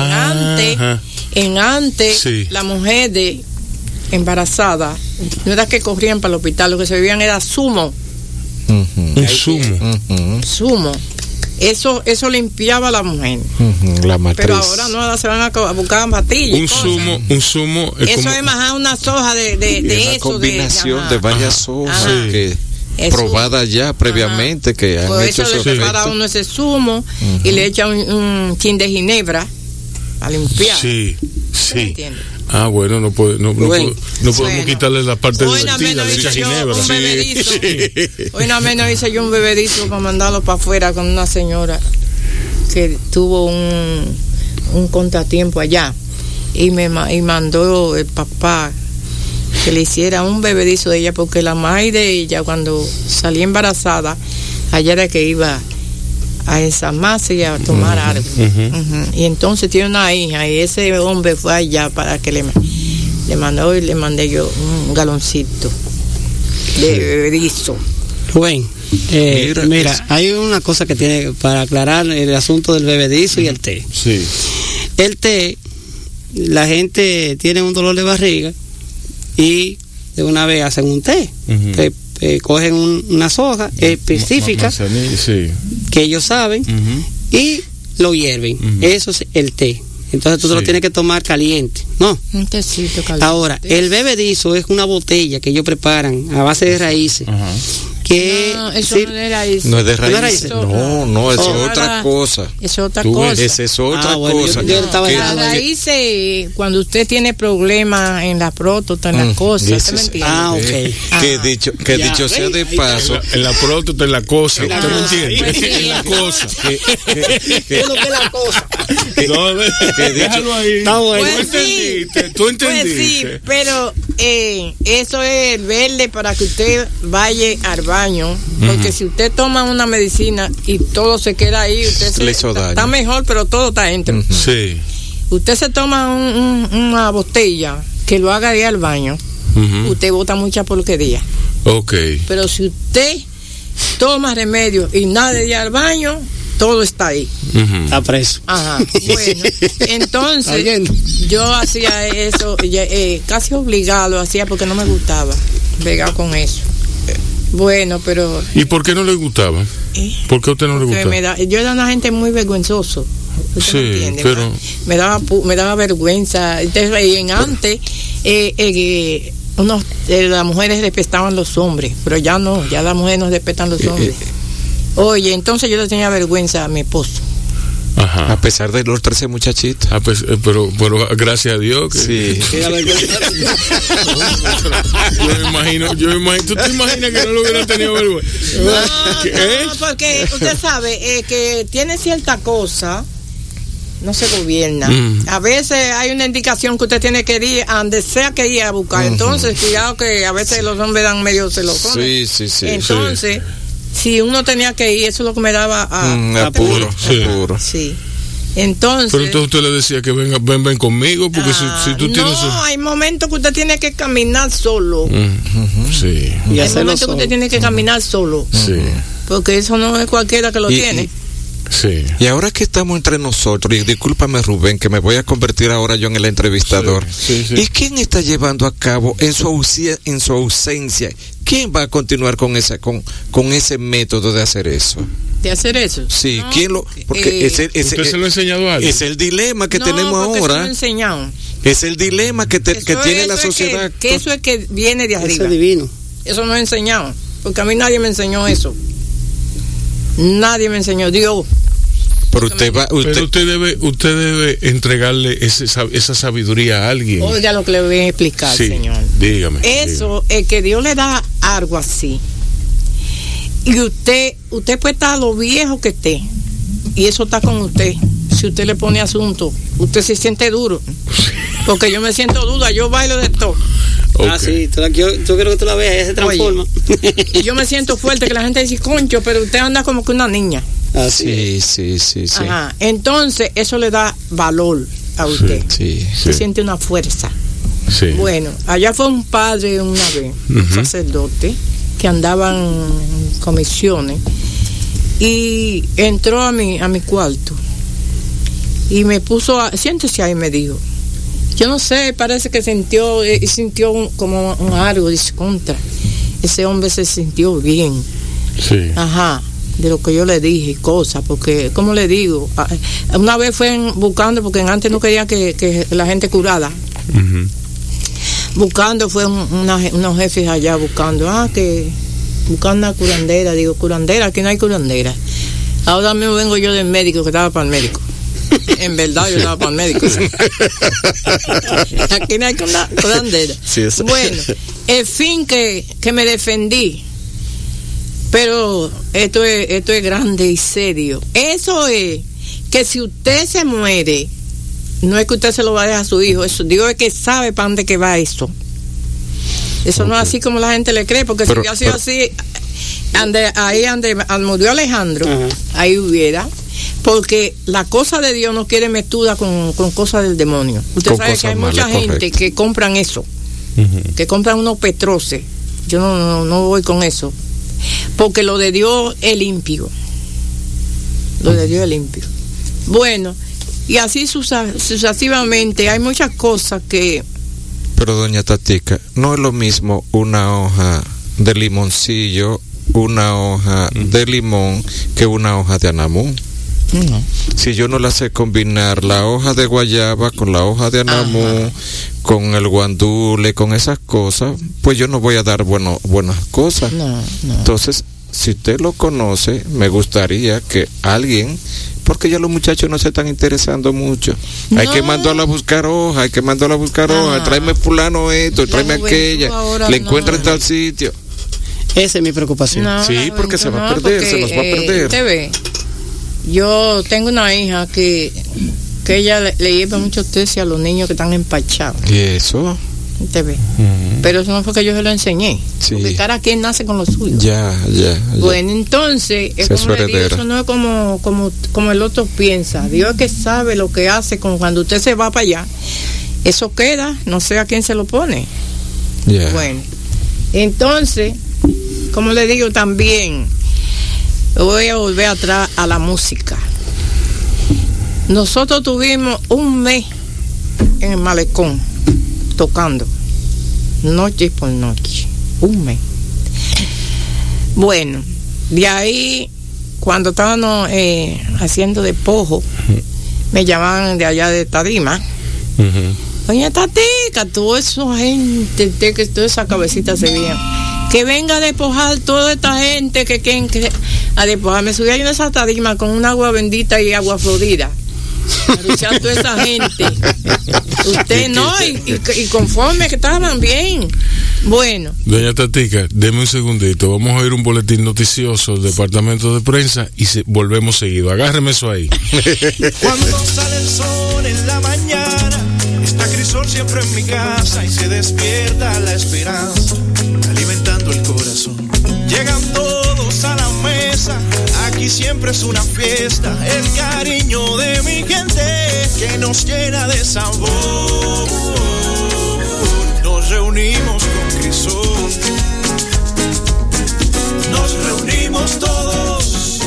en antes sí. La mujer embarazada, no era que corrían para el hospital, lo que se bebían era zumo. Un zumo. Zumo. Eso limpiaba a la mujer. La matriz. Pero ahora no, se van a buscar pastillas. Un zumo. Eso es más una soja de una eso. Combinación de varias hojas que probada ya previamente, que han pues hecho eso le prepara uno ese zumo y le echa un chin de ginebra a limpiar. Sí. ¿Entiendes? Bueno, no podemos quitarle la parte divertida, le echa ginebra. Hoy nada menos hice yo un bebedizo para mandarlo para afuera con una señora que tuvo un contratiempo allá y mandó el papá que le hiciera un bebedizo de ella, porque la madre de ella cuando salía embarazada allá era que iba a ensamarse y a tomar algo. Y entonces tiene una hija y ese hombre fue allá para que le mandó y le mandé yo un galoncito de bebedizo. Rubén, mira, hay una cosa que tiene para aclarar el asunto del bebedizo y el té. Sí. El té, la gente tiene un dolor de barriga y de una vez hacen un té. Cogen unas hojas específicas que ellos saben y lo hierven. Eso es el té. Entonces tú te lo tienes que tomar caliente, ¿no? Un tecito caliente. Ahora, el bebedizo es una botella que ellos preparan a base de raíces. No, eso no es raíz. No es de raíces. No, eso es otra cosa. Es otra cosa. Esa es otra cosa. La raíz, cuando usted tiene problemas en la próstata, en la cosa, ¿usted me entiende? Que dicho sea de paso. En la próstata, en la cosa, ¿usted me entiende? En la cosa. ¿Qué es lo que es la cosa? Déjalo ahí. Está bueno. Tú entendiste. Pues sí, pero eso es verde para que usted vaya al baño, porque si usted toma una medicina y todo se queda ahí, usted está mejor, pero todo está dentro. Sí. Usted se toma una botella que lo haga ir al baño, usted bota mucha porquería. Ok. Pero si usted toma remedio y nada de ir al baño, todo está ahí. Está preso. Ajá, bueno, entonces yo hacía eso, casi obligado lo hacía porque no me gustaba pegar con eso. Bueno, pero... ¿Y por qué no le gustaba? ¿Por qué a usted no le gustaba? Yo era una gente muy vergonzoso. Sí, entiende, pero... Me daba vergüenza. Entonces, y antes, las mujeres respetaban los hombres, pero ya no, ya las mujeres no respetan los hombres. Oye, entonces yo le tenía vergüenza a mi esposo. Ajá. A pesar de los 13 muchachitos. Pero gracias a Dios que... Sí. yo me imagino, ¿tú te imaginas que no lo hubiera tenido vergüenza? No, porque usted sabe que tiene cierta cosa, no se gobierna. A veces hay una indicación que usted tiene que ir a donde sea que ir a buscar. Entonces, cuidado que a veces los hombres dan medio celosones. Sí. Entonces... Si uno tenía que ir, eso es lo que me daba apuro. Sí. Entonces. Pero entonces usted le decía que ven conmigo, porque si tú tienes. No, hay momentos que usted tiene que caminar solo. Sí. Y hay momentos que usted tiene que caminar solo. Sí. Porque eso no es cualquiera que lo tiene. Sí. Y ahora que estamos entre nosotros, y discúlpame Rubén, que me voy a convertir ahora yo en el entrevistador. Sí. ¿Y quién está llevando a cabo en su ausencia? ¿Quién va a continuar con ese método de hacer eso? ¿De hacer eso? Sí, no, ¿quién lo...? Porque ¿usted se lo ha enseñado a alguien? Es el dilema que tenemos ahora. Es el dilema que tiene la sociedad. Que eso es que viene de arriba. Eso es divino. Eso no es enseñado. Porque a mí nadie me enseñó eso. Nadie me enseñó. Dios. Pero usted debe entregarle esa sabiduría a alguien. Oiga lo que le voy a explicar, señor. Dígame. Eso es que Dios le da algo así. Y usted puede estar lo viejo que esté. Y eso está con usted. Si usted le pone asunto, usted se siente duro. Porque yo me siento dura, yo bailo de todo. Okay. Yo quiero que tú la veas, ella se transforma. Y yo me siento fuerte, que la gente dice, concho, pero usted anda como que una niña. Sí. Ajá. Entonces, eso le da valor a usted. Se siente una fuerza. Sí. Bueno, allá fue un padre una vez, un sacerdote, que andaba en comisiones, y entró a mi cuarto y me puso siéntese ahí, me dijo. Yo no sé, parece que sintió como un algo, dice, contra. Ese hombre se sintió bien. Sí. Ajá, de lo que yo le dije, cosas, porque, ¿cómo le digo? Una vez fue buscando, porque antes no quería que la gente curara. Buscando, fue unos jefes allá buscando, buscando una curandera. Digo, curandera, aquí no hay curandera. Ahora mismo vengo yo del médico, que estaba para el médico. En verdad yo estaba para el médico. Aquí no hay curandera. Bueno, el fin que me defendí. Pero esto es grande y serio. Eso es que si usted se muere, no es que usted se lo va a dejar a su hijo. Eso, Dios es que sabe para dónde que va eso. Eso no es así como la gente le cree, porque si hubiera sido así, ahí donde murió Alejandro, ahí hubiera. Porque la cosa de Dios no quiere metuda con cosas del demonio. Usted sabe que hay mucha gente que compran eso, que compran unos petroces. Yo no voy con eso. Porque lo de Dios es limpio. Lo de Dios es limpio. Bueno, y así sucesivamente hay muchas cosas que... Pero doña Tatica, no es lo mismo una hoja de limoncillo, una hoja de limón, que una hoja de anamú. No. Si yo no la sé combinar la hoja de guayaba con la hoja de anamú, con el guandule, con esas cosas, pues yo no voy a dar buenas cosas. No. Entonces, si usted lo conoce, me gustaría que alguien, porque ya los muchachos no se están interesando mucho. Hay que mandarlo a buscar hoja, tráeme fulano esto, tráeme aquella, le encuentra en tal sitio. Esa es mi preocupación. Sí, porque se va a perder, se nos va a perder. Usted ve, yo tengo una hija que ella le lleva mucho tesis a los niños que están empachados. ¿Y eso? Usted ve. Pero eso no fue que yo se lo enseñé. Sí. Porque cada quien nace con lo suyo. Ya. Bueno, entonces, es como le digo, eso no es como el otro piensa. Dios es que sabe lo que hace cuando usted se va para allá. Eso queda, no sé a quién se lo pone. Yeah. Bueno, entonces, como le digo también, voy a volver atrás a la música. Nosotros tuvimos un mes en el malecón tocando noche por noche, un mes. Bueno, de ahí cuando estábamos haciendo despojo, me llamaban de allá de Tarima. Doña Tatica, toda esa gente, que toda esa cabecita se veía, que venga a despojar toda esta gente que a despojar. Me subía yo en esa tarima con un agua bendita y agua florida a luchar toda esa gente. Usted no, y conforme que estaban bien. Bueno. Doña Tatica, deme un segundito. Vamos a oír un boletín noticioso del departamento de prensa y volvemos seguido. Agárreme eso ahí. Cuando sale el sol en la mañana, está Crisol siempre en mi casa y se despierta la esperanza, alimentando el corazón. Llegan todos a la mesa, aquí siempre es una fiesta. El cariño de mi gente que nos llena de sabor. Nos reunimos con Crisol, nos reunimos todos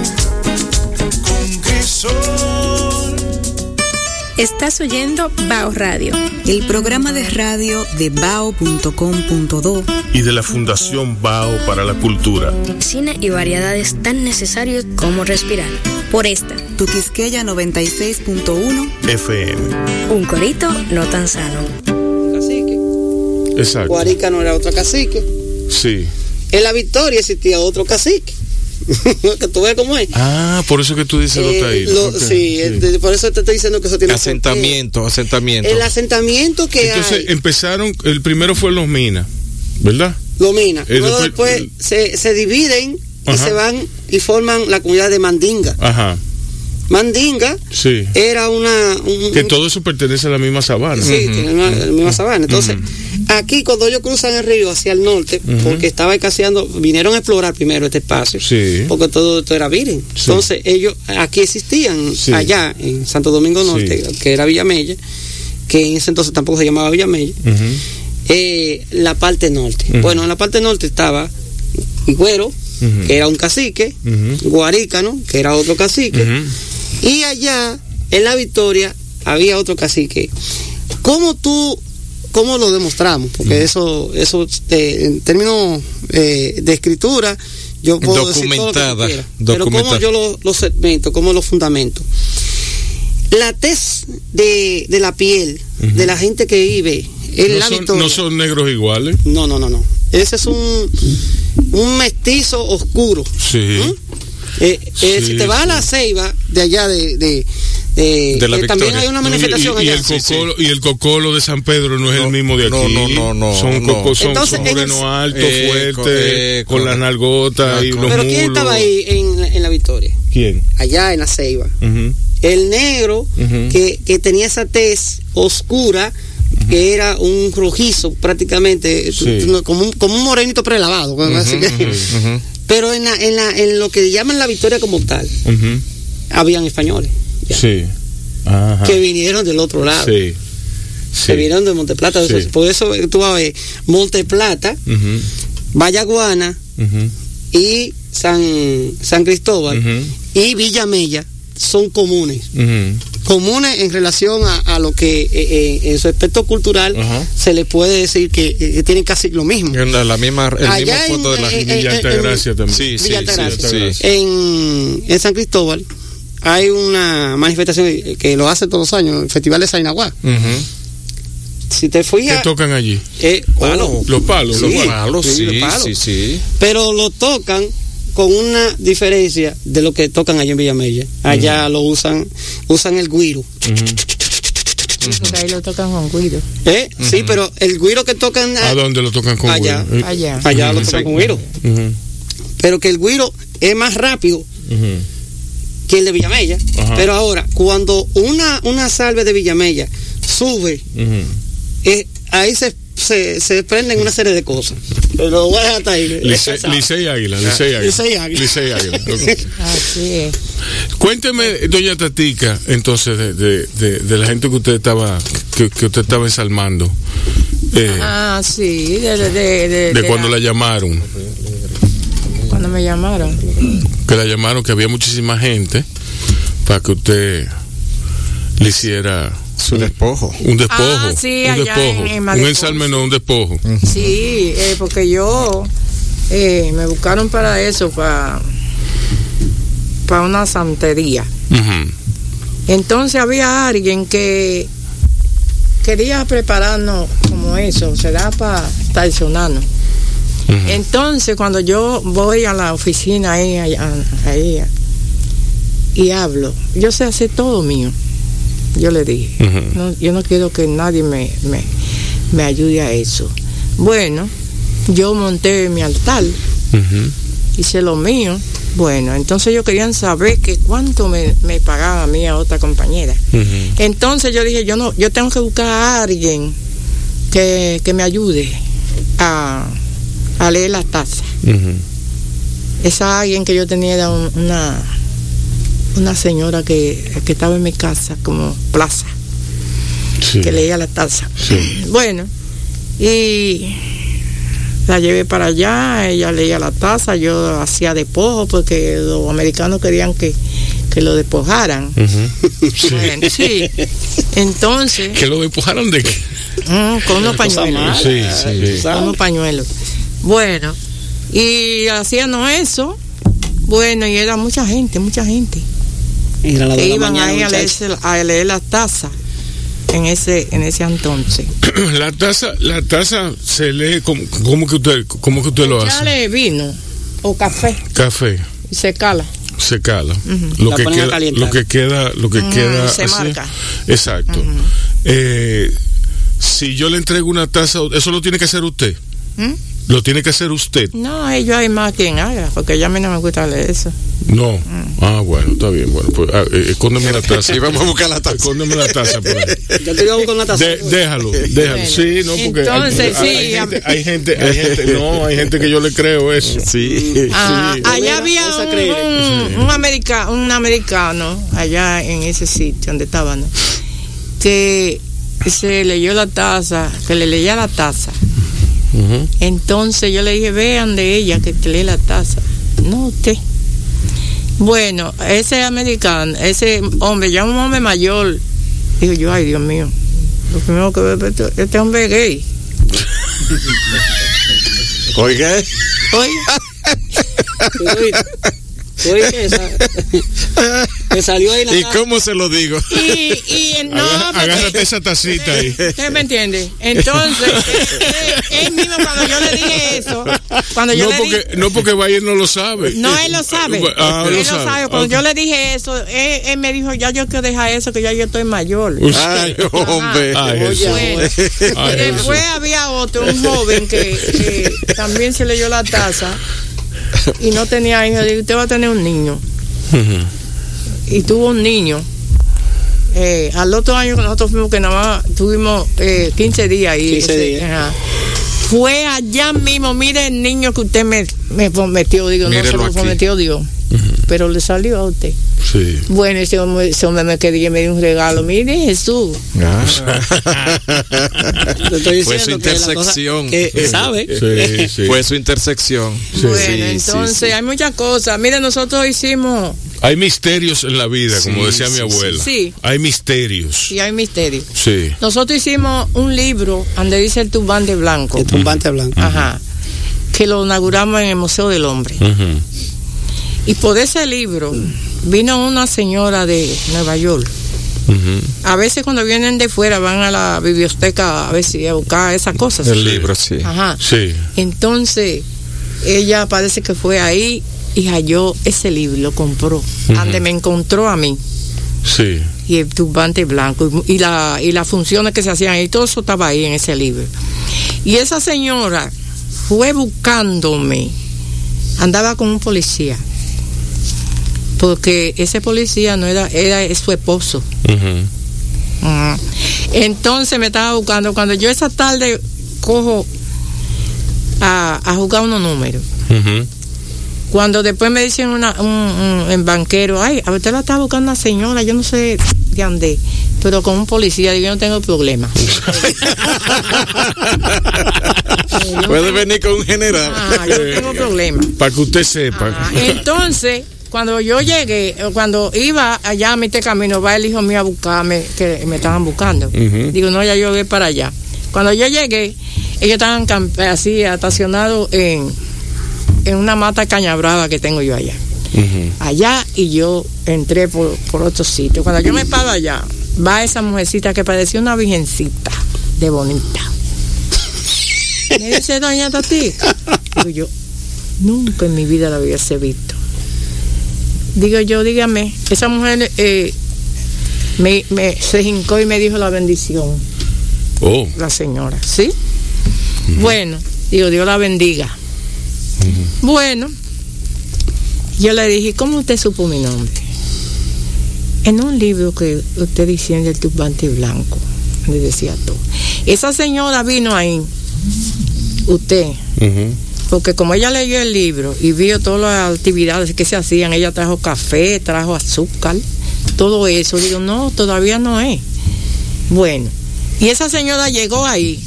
con Crisol. Estás oyendo Bao Radio, el programa de radio de bao.com.do y de la Fundación Bao para la Cultura. Cine y variedades tan necesarios como respirar. Por esta, tu Quisqueya 96.1 FM. Un corito no tan sano. Cacique. Exacto. Guarícano era otro cacique. Sí. En La Victoria existía otro cacique. Que tú ves cómo es. Ah, por eso que tú dices okay. Sí, por eso te estoy diciendo que eso tiene asentamiento. El asentamiento que entonces empezaron, el primero fue Los Minas, ¿verdad? Los Minas. Luego después se dividen y se van y forman la comunidad de Mandinga. Ajá. Mandinga era que todo eso pertenece a la misma sabana. Sí, tiene la misma sabana. Entonces, aquí cuando ellos cruzan el río hacia el norte, porque estaba escaseando, vinieron a explorar primero este espacio, porque todo esto era virgen. Entonces, ellos aquí existían, allá en Santo Domingo Norte, que era Villamella, que en ese entonces tampoco se llamaba Villamella, la parte norte. Bueno, en la parte norte estaba Higüero, que era un cacique, Guarícano, que era otro cacique, y allá en La Victoria había otro cacique. ¿Cómo lo demostramos? Porque eso en términos de escritura, yo puedo decir todo lo que quiera, pero cómo yo lo segmento, cómo lo fundamento. La tez de la piel de la gente que vive en La Victoria. ¿No son negros iguales? No. Ese es un mestizo oscuro. Sí. Si te vas a La Ceiba, de allá de la también hay una manifestación allá. Y el cocolo de San Pedro no es el mismo de aquí. No. Son morenos altos, fuertes, con las nalgotas y los mulos. Pero ¿quién estaba ahí en La Victoria? ¿Quién? Allá en La Ceiba. El negro que tenía esa tez oscura, que era un rojizo prácticamente, como un morenito prelavado. Pero en lo que llaman La Victoria como tal, habían españoles. Que vinieron del otro lado. Que vinieron de Monteplata. Por eso tú vas a ver Monteplata, Vallaguana y San Cristóbal y Villamella son comunes. Comunes en relación a lo que en su aspecto cultural se le puede decir que tienen casi lo mismo. El mismo fondo de la Villa Altagracia también. Villa Altagracia. En San Cristóbal hay una manifestación que lo hace todos los años, el Festival de Sainaguá. Si te fijas, ¿qué tocan allí? Los palos. Sí. Pero lo tocan con una diferencia de lo que tocan allá en Villamella. Allá lo usan el güiro. Ahí lo tocan con güiro. Sí, pero el güiro que tocan... ¿A dónde lo tocan con allá, güiro? Allá lo tocan con güiro. Pero que el güiro es más rápido que el de Villamella. Pero ahora, cuando una salve de Villamella sube, ahí se prenden una serie de cosas. Pero lo voy a dejar hasta ahí. Licey Águila. Así es. Cuénteme, doña Tatica, entonces, de la gente que usted estaba ensalmando. Sí, de cuando la llamaron. Cuando me llamaron. Que la llamaron, que había muchísima gente para que usted le hiciera su despojo. Un despojo. Sí, un allá despojo. En un ensalmenón, un despojo. Sí, porque yo me buscaron para eso, para una santería. Entonces había alguien que quería prepararnos como eso, será para traicionarnos. Entonces cuando yo voy a la oficina ahí y hablo, yo sé hacer todo mío. Yo le dije, no, yo no quiero que nadie me ayude a eso. Bueno, yo monté mi altar, hice lo mío. Bueno, entonces ellos querían saber que cuánto me pagaba a mí a otra compañera. Entonces yo dije, yo tengo que buscar a alguien que me ayude a leer las tazas. Esa alguien que yo tenía era una señora que estaba en mi casa como plaza, que leía la taza. Bueno, y la llevé para allá, ella leía la taza, yo hacía despojo porque los americanos querían que lo despojaran. Bueno, sí. Entonces, ¿que lo despojaron de qué? Con unos pañuelos. Con unos pañuelos. Bueno, y hacíamos eso. Bueno, y era mucha gente. Era la que de iban la ahí mañana, a leer las tazas en ese entonces. La taza se lee ¿cómo que usted lo hace? Echarle vino o café. Café. Y se cala. Lo que queda se así. marca. Exacto. Si yo le entrego una taza, eso lo tiene que hacer usted. Lo tiene que hacer usted. No, ellos hay más quien haga, porque ya a mí no me gusta leer eso. No. Ah, bueno, está bien. Bueno, pues escóndeme la taza. Sí, vamos a buscar la taza. Escóndeme la taza por ahí. Yo te iba a buscar una taza. Déjalo. Bueno, sí, no, porque entonces, hay gente que yo le creo eso. Sí. Allá había un americano allá en ese sitio donde estaban, ¿no? Que se leyó la taza, que le leía la taza. Entonces yo le dije, vean de ella que te lee la taza. No, usted. Bueno, ese americano, ese hombre, ya un hombre mayor, digo yo, ay Dios mío, lo primero que veo, este hombre es gay. Oiga. Oye, que salió ahí la ¿Y cómo se lo digo? Agárrate esa tacita ahí. ¿Usted me entiende? Entonces, él mismo cuando yo le dije eso, no porque Bayer no lo sabe. No, él lo sabe. Él lo sabe. Cuando yo le dije eso, él me dijo, ya yo quiero dejar eso, que ya yo estoy mayor. Ay, hombre. Después había otro, un joven que también se leyó la taza y no tenía hijos. Digo, usted va a tener un niño. Y tuvo un niño. Al otro año que nosotros fuimos, que nada más tuvimos 15 días ahí. 15 días. Fue allá mismo, mire el niño que usted me prometió. Digo, no se lo prometió Dios, pero le salió a usted. Sí. Bueno, ese hombre me quería, me dio un regalo. Mire, Jesús. Fue su intersección. ¿Sabe? Sí. Fue su intersección. Bueno, entonces hay muchas cosas. Mire, nosotros hicimos... Hay misterios en la vida, como decía mi abuela. Sí. Hay misterios. Sí, hay misterios. Sí. Nosotros hicimos un libro donde dice el turbante blanco. El turbante blanco. Ajá. Que lo inauguramos en el Museo del Hombre. Y por ese libro vino una señora de Nueva York. A veces cuando vienen de fuera van a la biblioteca a buscar esas cosas. El libro, sí. Ajá. Sí. Entonces, ella parece que fue ahí y halló ese libro, lo compró, donde me encontró a mí. Sí. Y el turbante blanco y las funciones que se hacían ahí, todo eso estaba ahí en ese libro. Y esa señora fue buscándome, andaba con un policía, porque ese policía no era su esposo. Entonces me estaba buscando. Cuando yo esa tarde cojo a jugar unos números, cuando después me dicen un banquero, ay, a usted la está buscando una señora, yo no sé de dónde. pero con un policía, digo, yo no tengo problema. Puede venir con un general. Yo no tengo problema. Para que usted sepa. Entonces, cuando yo llegué, cuando iba allá a mi camino, va el hijo mío a buscarme, que me estaban buscando. Digo, no, ya yo voy para allá. Cuando yo llegué, ellos estaban así estacionados en una mata de caña brava que tengo yo allá. Allá, y yo entré por otro sitio. Cuando yo me paro allá, va esa mujercita que parecía una virgencita de bonita. Me dice, doña Tatica. Digo yo, nunca en mi vida la hubiese visto. Digo yo, dígame, esa mujer se hincó y me dijo la bendición. La señora, ¿sí? Bueno, digo, Dios la bendiga. Bueno, yo le dije, ¿cómo usted supo mi nombre? En un libro que usted diciendo el turbante blanco, le decía todo. Esa señora vino ahí, usted, porque como ella leyó el libro y vio todas las actividades que se hacían, ella trajo café, trajo azúcar, todo eso. Digo, no, todavía no es. Bueno, y esa señora llegó ahí,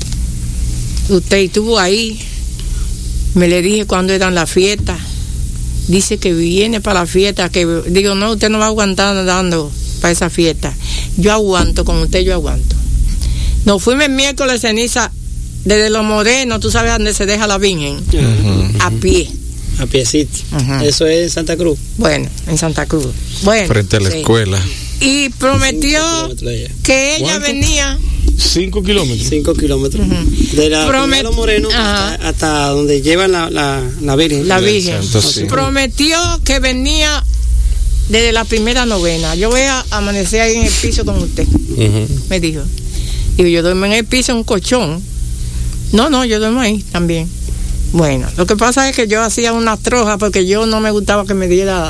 usted estuvo ahí, me le dije cuándo eran las fiestas. Dice que viene para la fiesta, que digo, no, usted no va a aguantar andando para esa fiesta. Yo aguanto, con usted yo aguanto. Nos fuimos el miércoles ceniza desde Los Morenos, tú sabes dónde se deja la Virgen, a pie. A piecito. Eso es en Santa Cruz. Bueno, en Santa Cruz. Bueno, frente a la escuela. Y prometió que ella venía 5 kilómetros. 5 kilómetros. De Los Morenos hasta donde llevan la Virgen. La Virgen. Prometió que venía desde la primera novena. Yo voy a amanecer ahí en el piso con usted. Me dijo. Digo, yo duermo en el piso, en un colchón. No, yo duermo ahí también. Bueno, lo que pasa es que yo hacía una troja porque yo no me gustaba que me diera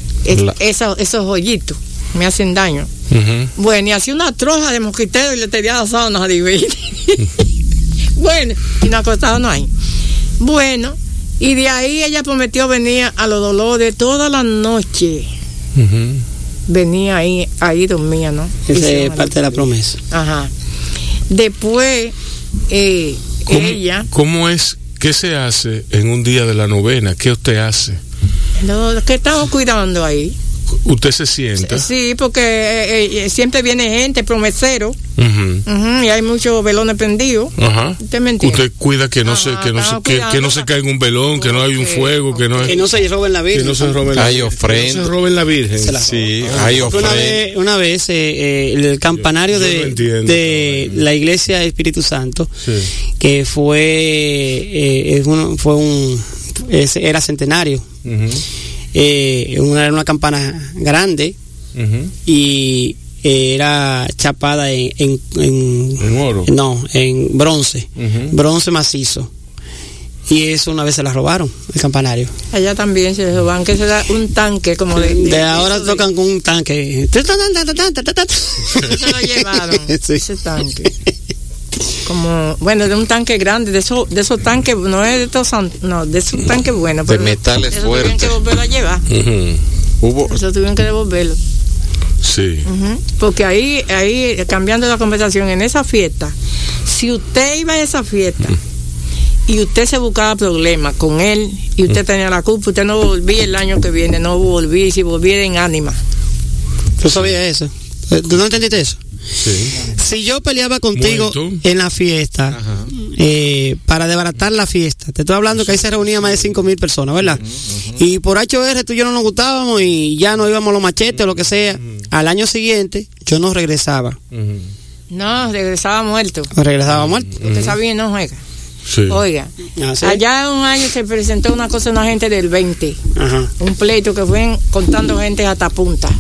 esos hoyitos. Me hacen daño. Bueno, y hacía una troja de mosquitero y le tenía las sábanas a dividir. Bueno, y nos acostaba ahí. Bueno, y de ahí ella prometió venir a Los Dolores toda la noche. Venía ahí dormía, ¿no? Esa es parte de la promesa. Después, ella... ¿Cómo es? ¿Qué se hace en un día de la novena? ¿Qué usted hace? Lo que estamos cuidando ahí. ¿Usted se sienta? Sí, porque siempre viene gente, promesero, y hay muchos velones prendidos. ¿Usted me entiende? Usted cuida que no se caiga un velón, que no hay un fuego, que no se roben la Virgen. Que no se roben la Virgen. Hay ofrenda. No se roben la Virgen. Sí, hay ofrenda. Una vez el campanario de la Iglesia Espíritu Santo, que era centenario. Era una campana grande y era chapada en oro. No, en bronce, bronce macizo. Y eso una vez se la robaron, el campanario. Allá también se roban, que se da un tanque como de ahora tocan con un tanque. Se lo llevaron, ese tanque. Como, bueno, de un tanque grande, de esos tanques, no es de estos, no, de esos tanques buenos. De metales fuertes. Tuvieron que volverlo a llevar. Eso tuvieron que devolverlo. Sí. Porque ahí, cambiando la conversación, en esa fiesta, si usted iba a esa fiesta y usted se buscaba problemas con él y usted tenía la culpa, usted no volvía el año que viene, no volvía, y si volviera en ánima. ¿Tú sabías eso? ¿Tú no entendiste eso? Sí. Si yo peleaba contigo en la fiesta, para desbaratar la fiesta, te estoy hablando que ahí se reunían más de 5,000 personas, ¿verdad? Y por HR tú y yo no nos gustábamos y ya no íbamos los machetes o lo que sea. Al año siguiente yo no regresaba. No, regresaba muerto. Regresaba muerto. Usted sabía, no juega. Sí. Oiga, ¿sí? Allá un año se presentó una gente del 20, un pleito que fue contando gente hasta punta.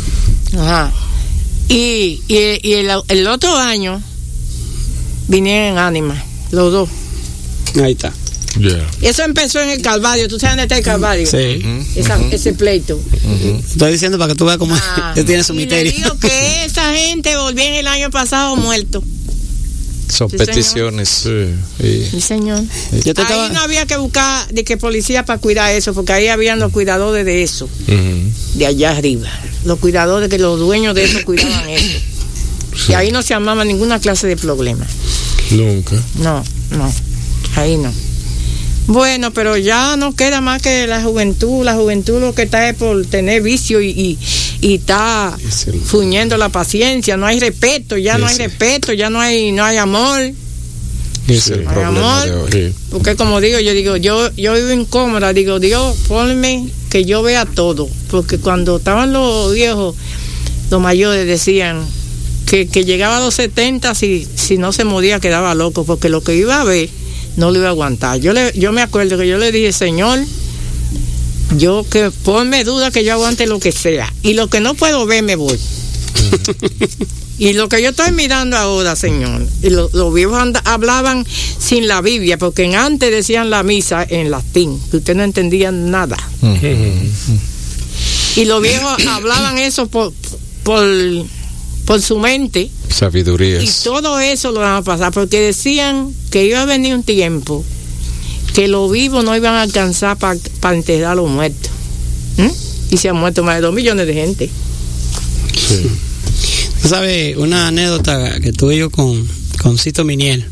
Y el otro año vinieron en ánima, los dos. Ahí está. Eso empezó en el Calvario. ¿Tú sabes dónde está el Calvario? Sí. Ese pleito. Estoy diciendo para que tú veas cómo tiene su misterio. Le digo que esa gente volvió en el año pasado muerto. Son peticiones. Sí, señor. Ahí no había que buscar de que policía para cuidar eso, porque ahí habían los cuidadores de eso, de allá arriba. Los cuidadores, que los dueños de eso cuidaban eso. Y ahí no se armaba ninguna clase de problema. Nunca. No, ahí no. Bueno, pero ya no queda más que la juventud lo que está es por tener vicio y está fuñendo la paciencia, no hay respeto, ya no hay respeto, ya no hay amor. Es el problema de hoy. Porque como digo, yo vivo incómoda, digo, Dios, ponme que yo vea todo, porque cuando estaban los viejos, los mayores decían que llegaba a los 70, si no se moría quedaba loco, porque lo que iba a ver no lo iba a aguantar. Yo me acuerdo que yo le dije, Señor, yo que ponme duda que yo aguante lo que sea, y lo que no puedo ver me voy. Y lo que yo estoy mirando ahora, Señor, y los viejos hablaban sin la Biblia, porque antes decían la misa en latín, que ustedes no entendían nada. Y los viejos hablaban eso por su mente. Sabidurías. Y todo eso lo van a pasar, porque decían que iba a venir un tiempo que los vivos no iban a alcanzar para enterrar a los muertos. Y se han muerto más de 2 millones de gente. Sí. ¿Tú sabes una anécdota que tuve yo con Cito Miniel?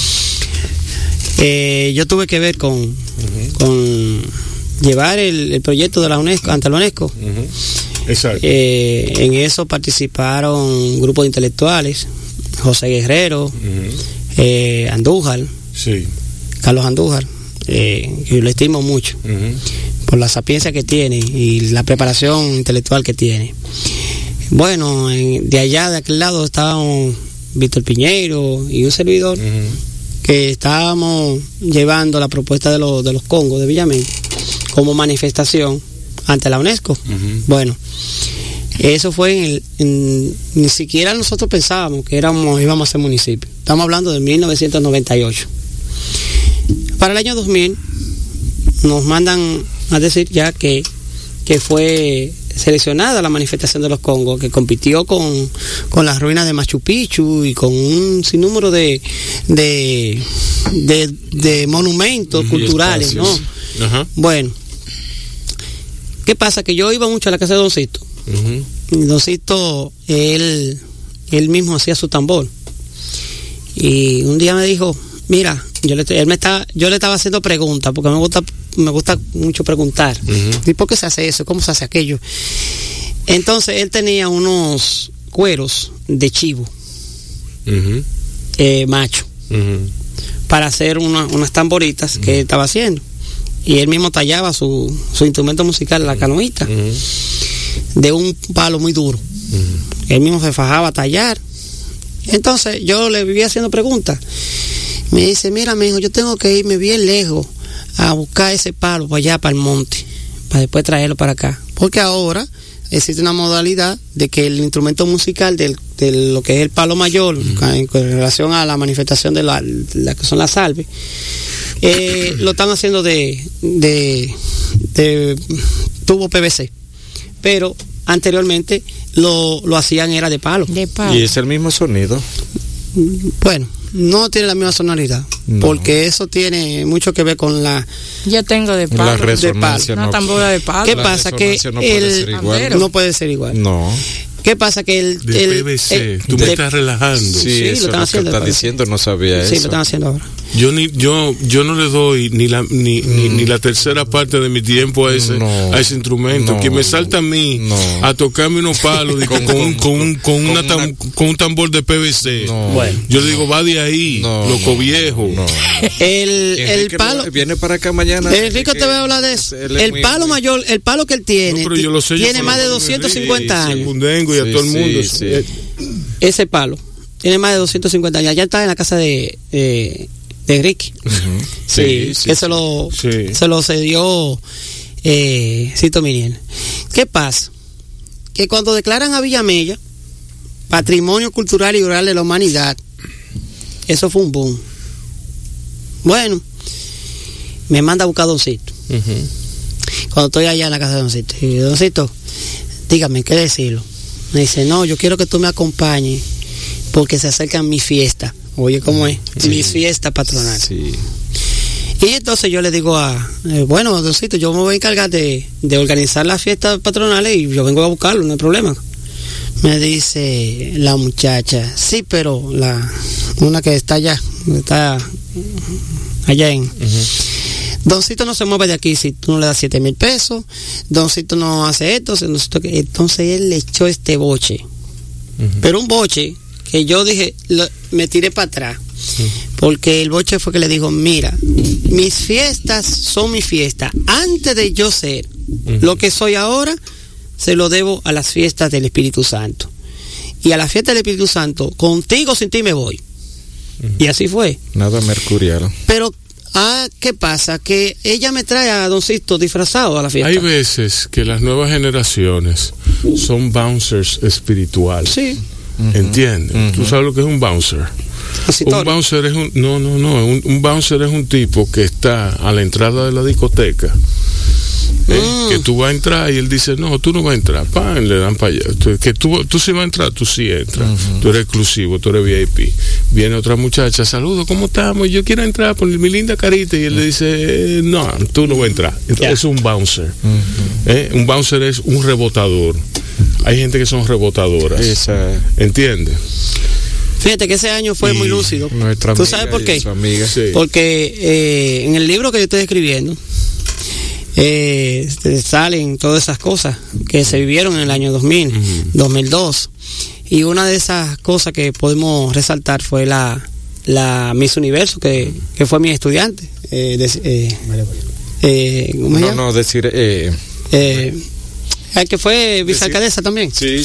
Yo tuve que ver con llevar el proyecto de la UNESCO ante la UNESCO. Exacto. En eso participaron un grupo de intelectuales, José Guerrero, Andújar, sí. Carlos Andújar, yo lo estimo mucho por la sapiencia que tiene y la preparación intelectual que tiene. Bueno, de allá, de aquel lado, estábamos Víctor Piñeiro y un servidor que estábamos llevando la propuesta de los Congos de Villamén como manifestación ante la UNESCO. Bueno, eso fue ni siquiera nosotros pensábamos que íbamos a ser municipio. Estamos hablando de 1998. Para el año 2000 nos mandan a decir ya que fue seleccionada la manifestación de los Congos, que compitió con las ruinas de Machu Picchu y con un sinnúmero de monumentos culturales, ¿no? Bueno, ¿qué pasa? Que yo iba mucho a la casa de Don Cito. Don Cito, él mismo hacía su tambor. Y un día me dijo, mira, yo le estaba haciendo preguntas, porque me gusta mucho preguntar. ¿Y por qué se hace eso? ¿Cómo se hace aquello? Entonces él tenía unos cueros de chivo macho para hacer unas tamboritas que él estaba haciendo. Y él mismo tallaba su instrumento musical, la canoita, de un palo muy duro. Él mismo se fajaba a tallar. Entonces yo le vivía haciendo preguntas. Me dice, mira, mijo, yo tengo que irme bien lejos a buscar ese palo para allá, para el monte, para después traerlo para acá. Porque ahora existe una modalidad de que el instrumento musical de lo que es el palo mayor, en relación a la manifestación de la que son las salves, lo están haciendo de tubo PVC. Pero anteriormente lo hacían era de palo. Y es el mismo sonido. Bueno, no tiene la misma sonoridad, porque eso tiene mucho que ver con la... Yo tengo de palo. La resonancia, una tambora de palo. ¿Qué pasa? Que no puede ser igual. No. ¿Qué pasa? Que el PVC, tú me estás relajando. Sí, eso lo están está diciendo, no sabía eso. Sí, lo están haciendo ahora. Yo no le doy ni la tercera parte de mi tiempo a ese instrumento. Que me salta a mí a tocarme unos palos con un tambor de PVC. Bueno. Yo le digo, va de ahí, loco viejo. El palo viene para acá mañana. Enrique te voy a hablar de eso. El palo mayor, el palo que él tiene, tiene más de 250 años. Y a todo el mundo. Sí. Ese palo tiene más de 250 años. Ya está en la casa de Enrique. Que se lo cedió Cito Miniel. ¿Qué pasa? Que cuando declaran a Villamella Patrimonio Cultural y Oral de la Humanidad, eso fue un boom. Bueno, me manda a buscar a Don Cito. Cuando estoy allá en la casa de Don Cito, y Don Cito, dígame, ¿qué decirlo? Me dice, no, yo quiero que tú me acompañes porque se acercan mis fiestas. Oye, ¿cómo es? Mis fiestas patronales. Sí. Y entonces yo le digo bueno, Doncito, yo me voy a encargar de organizar las fiestas patronales y yo vengo a buscarlo, no hay problema. Me dice la muchacha, sí, pero una que está allá en... Doncito no se mueve de aquí si tú no le das 7,000 pesos. Doncito no hace esto. Entonces él le echó este boche. Pero un boche que yo dije, me tiré para atrás. Porque el boche fue que le dijo, mira, mis fiestas son mis fiestas. Antes de yo ser lo que soy ahora, se lo debo a las fiestas del Espíritu Santo. Y a la fiesta del Espíritu Santo, contigo sin ti me voy. Y así fue. Nada mercurial. Pero ¿qué pasa? Que ella me trae a Doncito disfrazado a la fiesta. Hay veces que las nuevas generaciones son bouncers espirituales. Sí. ¿Entiendes? ¿Tú sabes lo que es un bouncer? Un bouncer es un bouncer es un tipo que está a la entrada de la discoteca. Que tú vas a entrar y él dice, no, tú no vas a entrar. ¡Pam! Le dan para allá. Que tú sí vas a entrar, tú sí entras. Tú eres exclusivo, tú eres VIP. Viene otra muchacha, saludos, ¿cómo estamos? Yo quiero entrar por mi linda carita. Y él le dice, no, tú no vas a entrar. Entonces es un bouncer. Un bouncer es un rebotador. Hay gente que son rebotadoras. ¿Entiendes? Fíjate que ese año fue muy lúcido. ¿Tú sabes por qué? Sí. Porque en el libro que yo estoy escribiendo, salen todas esas cosas que se vivieron en el año 2000, 2002, y una de esas cosas que podemos resaltar fue la Miss Universo, que fue mi estudiante. Que fue vicealcaldesa también. Sí.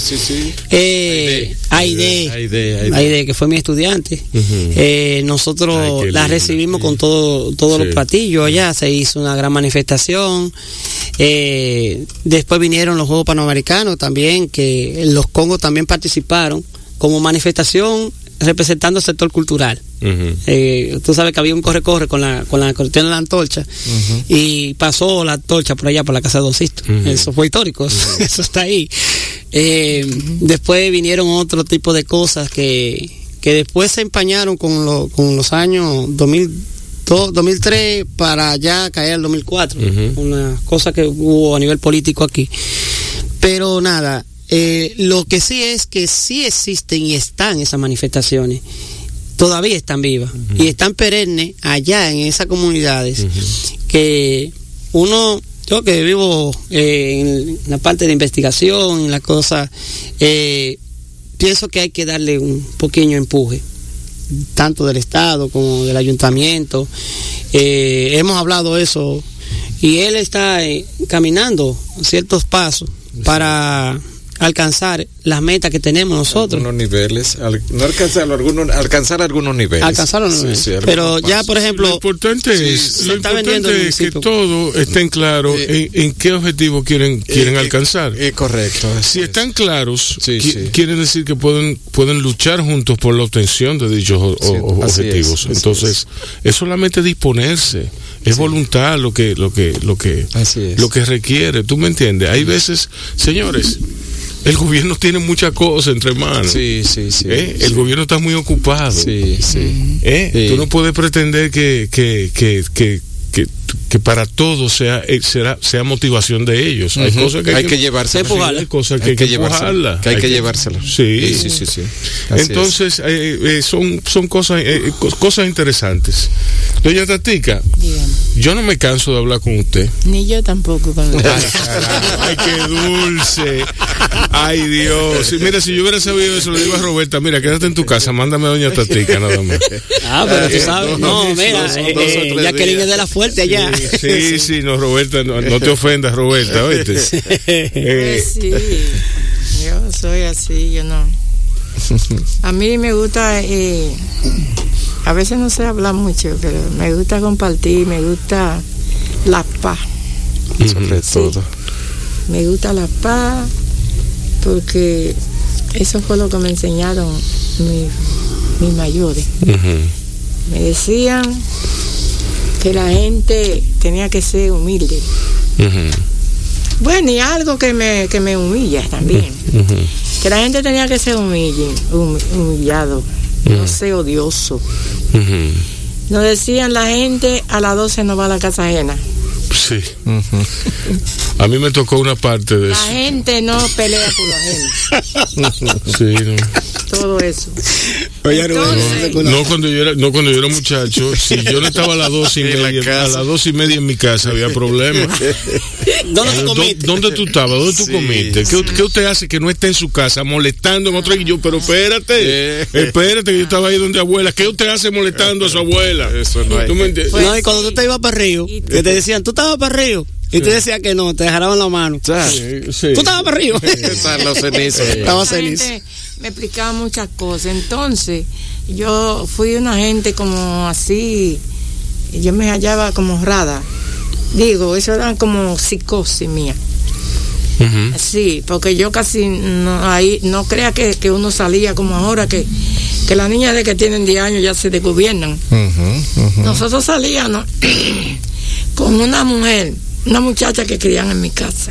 Aide, que fue mi estudiante. Nosotros la recibimos con todos los platillos allá, se hizo una gran manifestación. Después vinieron los Juegos Panamericanos también, que los Congos también participaron como manifestación representando el sector cultural. Tú sabes que había un corre-corre con la cortina de la antorcha, y pasó la antorcha por allá por la casa de Doncito. Eso fue histórico, eso está ahí. Después vinieron otro tipo de cosas que después se empañaron con los años 2003 para ya caer al 2004, una cosa que hubo a nivel político aquí. Pero nada, lo que sí es que sí existen y están esas manifestaciones, todavía están vivas y están perennes allá en esas comunidades, que yo que vivo en la parte de investigación, en la cosa, pienso que hay que darle un pequeño empuje, tanto del Estado como del Ayuntamiento. Hemos hablado eso y él está caminando ciertos pasos para alcanzar las metas que tenemos nosotros. Algunos niveles, alcanzar algunos niveles. Sí, pero ya, por ejemplo, lo importante es que todo estén claros en qué objetivo quieren alcanzar. Correcto. Si están claros, quieren decir que pueden luchar juntos por la obtención de dichos objetivos. Entonces, es solamente disponerse. Es voluntad lo que requiere. ¿Tú me entiendes? Hay veces, señores, el gobierno tiene muchas cosas entre manos. El gobierno está muy ocupado. Tú no puedes pretender que para todo sea motivación de ellos. Hay cosas que hay que llevárselas. Hay cosas que hay que llevárselas. Que hay que llevárselas. Sí. Entonces, son cosas interesantes. Doña Tatica, yo no me canso de hablar con usted. Ni yo tampoco con usted. Ay, qué dulce. Ay, Dios. Mira, si yo hubiera sabido eso, le digo a Roberta, mira, quédate en tu casa, mándame a Doña Tatica nada más. Pero tú sabes, mira, Jacqueline es de la fuerte allá. Sí, no, Roberta, no te ofendas, Roberta, ¿oíste? Sí, yo soy así, yo no. A mí me gusta, a veces no sé hablar mucho, pero me gusta compartir, me gusta la paz. Sobre todo. Me gusta la paz, porque eso fue lo que me enseñaron mis mayores. Me decían que la gente tenía que ser humilde. Bueno, y algo que me humilla también. Que la gente tenía que ser humillado, no ser odioso. Nos decían, la gente a las 12 no va a la casa ajena. Sí. A mí me tocó una parte de eso. La gente no pelea por la gente. Sí, no. Todo eso. Oye, Entonces, No cuando yo era muchacho, si yo no estaba a las 2:30 en mi casa había problemas. ¿Dónde tú comiste? ¿Dónde tú estabas? ¿Dónde tú comiste? ¿Qué usted hace que no esté en su casa molestando en otro? Y yo, pero espérate, que yo estaba ahí donde abuela. ¿Qué usted hace molestando a su abuela? Eso no hay. ¿Tú me entiendes? No, y cuando tú te ibas para Río, que te decían, ¿tú estabas para Río? Y tú decías que no, te dejaban la mano. ¿Tú estabas para Río? Están los cenizos. Estaba la cenizo. gente me explicaba muchas cosas. Entonces, yo fui una gente como así, yo me hallaba como rara. Digo, eso era como psicosis mía. Sí, porque yo casi no crea que uno salía como ahora, que las niñas de que tienen 10 años ya se desgobiernan. Nosotros salíamos con una muchacha que criaban en mi casa.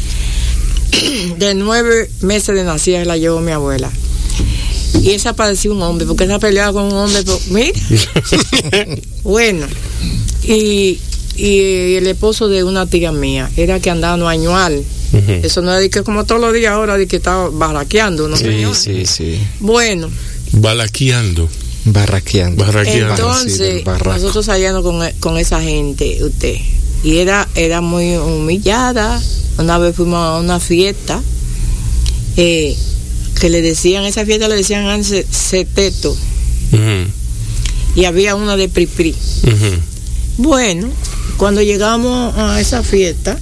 De 9 meses de nacida la llevó mi abuela. Y esa parecía un hombre, porque esa peleaba con un hombre. Mira. Bueno, y el esposo de una tía mía era que andaba no añual. Eso no era de que como todos los días ahora de que estaba barraqueando, ¿no? Sí. Bueno. Barraqueando. Entonces, nosotros salíamos con esa gente, y era muy humillada. Una vez fuimos a una fiesta que le decían, esa fiesta le decían antes Ceteto, y había una de Pripri. Bueno, cuando llegamos a esa fiesta,